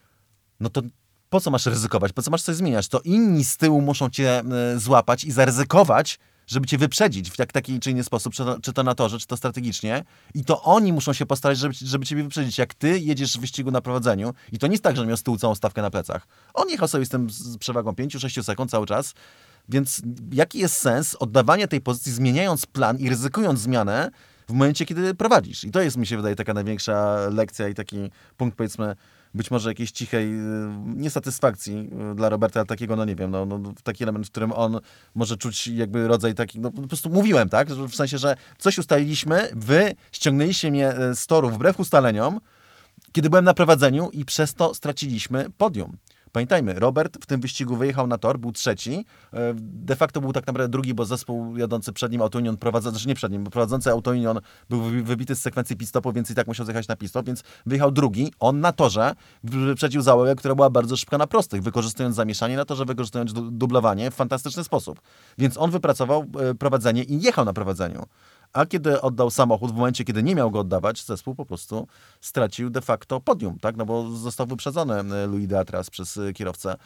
no to po co masz ryzykować? Po co masz coś zmieniać? To inni z tyłu muszą cię y, złapać i zaryzykować, żeby cię wyprzedzić w jak, taki czy inny sposób, czy to, czy to na torze, czy to strategicznie. I to oni muszą się postarać, żeby, żeby ciebie wyprzedzić. Jak ty jedziesz w wyścigu na prowadzeniu i to nie jest tak, że miał z tyłu całą stawkę na plecach. On jechał sobie z tym z przewagą pięć do sześciu sekund cały czas. Więc jaki jest sens oddawania tej pozycji, zmieniając plan i ryzykując zmianę w momencie, kiedy prowadzisz? I to jest, mi się wydaje, taka największa lekcja i taki punkt, powiedzmy, być może jakiejś cichej niesatysfakcji dla Roberta, ale takiego, no nie wiem, no, no, taki element, w którym on może czuć jakby rodzaj taki, no po prostu mówiłem, tak? W sensie, że coś ustaliliśmy, wy ściągnęliście mnie z toru wbrew ustaleniom, kiedy byłem na prowadzeniu i przez to straciliśmy podium. Pamiętajmy, Robert w tym wyścigu wyjechał na tor, był trzeci. De facto był tak naprawdę drugi, bo zespół jadący przed nim Auto Union, prowadzący, znaczy nie przed nim, bo prowadzący Auto Union był wybity z sekwencji pit-stopu, więc i tak musiał zjechać na pit-stop, więc wyjechał drugi. On na torze wyprzedził załogę, która była bardzo szybka na prostych, wykorzystując zamieszanie na torze, wykorzystując dublowanie w fantastyczny sposób. Więc on wypracował prowadzenie i jechał na prowadzeniu. A kiedy oddał samochód, w momencie, kiedy nie miał go oddawać, zespół po prostu stracił de facto podium, tak? No bo został wyprzedzony Louis Deatras przez kierowcę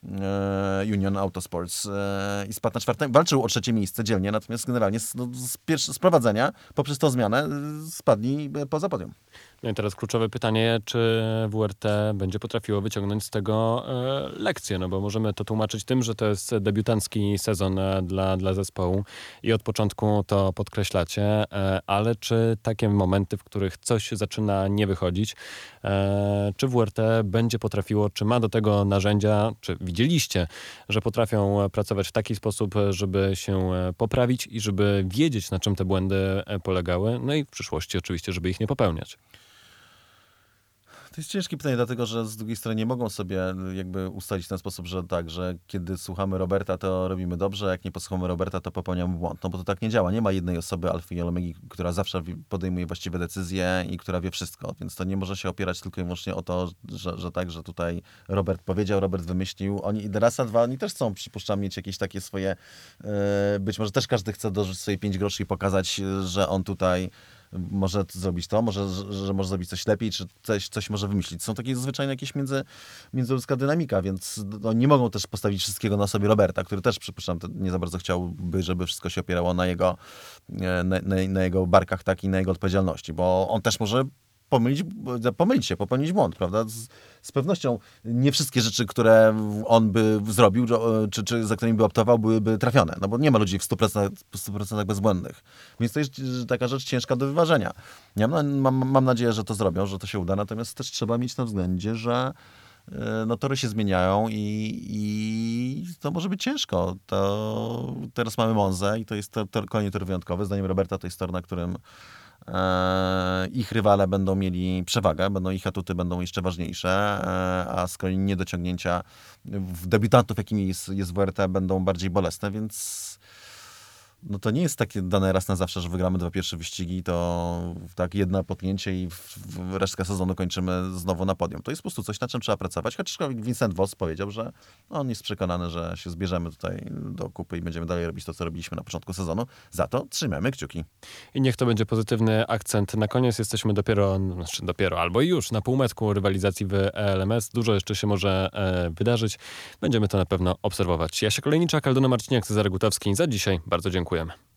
e, Union Autosports e, i spadł na czwarte. Walczył o trzecie miejsce dzielnie, natomiast generalnie z, no, z, pierwszy, z prowadzenia poprzez tą zmianę spadli poza podium. No i teraz kluczowe pytanie, czy W R T będzie potrafiło wyciągnąć z tego e, lekcję, no bo możemy to tłumaczyć tym, że to jest debiutancki sezon e, dla, dla zespołu i od początku to podkreślacie, e, ale czy takie momenty, w których coś zaczyna nie wychodzić, e, czy W R T będzie potrafiło, czy ma do tego narzędzia, czy widzieliście, że potrafią pracować w taki sposób, żeby się poprawić i żeby wiedzieć, na czym te błędy polegały, no i w przyszłości oczywiście, żeby ich nie popełniać. To jest ciężkie pytanie, dlatego że z drugiej strony nie mogą sobie jakby ustalić w ten sposób, że tak, że kiedy słuchamy Roberta, to robimy dobrze, a jak nie posłuchamy Roberta, to popełniamy błąd. No bo to tak nie działa. Nie ma jednej osoby alfy i omegi, która zawsze podejmuje właściwe decyzje i która wie wszystko, więc to nie może się opierać tylko i wyłącznie o to, że, że tak, że tutaj Robert powiedział, Robert wymyślił. Oni i raz, a dwa, oni też chcą, przypuszczam, mieć jakieś takie swoje, yy, być może też każdy chce dożyć swoje pięć groszy i pokazać, że on tutaj może zrobić to, może, że, że może zrobić coś lepiej, czy coś, coś może wymyślić. Są takie zwyczajne jakieś między, międzyludzka dynamika, więc no, nie mogą też postawić wszystkiego na sobie Roberta, który też, przypuszczam, nie za bardzo chciałby, żeby wszystko się opierało na jego, na, na, na jego barkach, tak, i na jego odpowiedzialności, bo on też może pomylić, pomylić się, popełnić błąd, prawda? Z, z pewnością nie wszystkie rzeczy, które on by zrobił, czy, czy za którymi by optował, byłyby trafione, no bo nie ma ludzi w stu procentach, w stu procentach bezbłędnych. Więc to jest taka rzecz ciężka do wyważenia. Ja mam, mam, mam nadzieję, że to zrobią, że to się uda, natomiast też trzeba mieć na względzie, że no tory się zmieniają i, i to może być ciężko. To, teraz mamy Monzę i to jest tor, tor, kolejny tor wyjątkowy. Zdaniem Roberta to jest tor, na którym e, ich rywale będą mieli przewagę, będą ich atuty będą jeszcze ważniejsze, e, a z kolei niedociągnięcia w debiutantów, jakimi jest, jest W R T, będą bardziej bolesne, więc no to nie jest takie dane raz na zawsze, że wygramy dwa pierwsze wyścigi, to tak jedno potknięcie i w, w resztkę sezonu kończymy znowu na podium. To jest po prostu coś, na czym trzeba pracować. Chociaż Vincent Voss powiedział, że on jest przekonany, że się zbierzemy tutaj do kupy i będziemy dalej robić to, co robiliśmy na początku sezonu. Za to trzymamy kciuki. I niech to będzie pozytywny akcent. Na koniec jesteśmy dopiero, znaczy dopiero, albo już na półmetku rywalizacji w E L M S. Dużo jeszcze się może e, wydarzyć. Będziemy to na pewno obserwować. Jasia Kolejniczak, Aldona Marciniak, Cezary Gutowski. Za dzisiaj bardzo dziękujemy.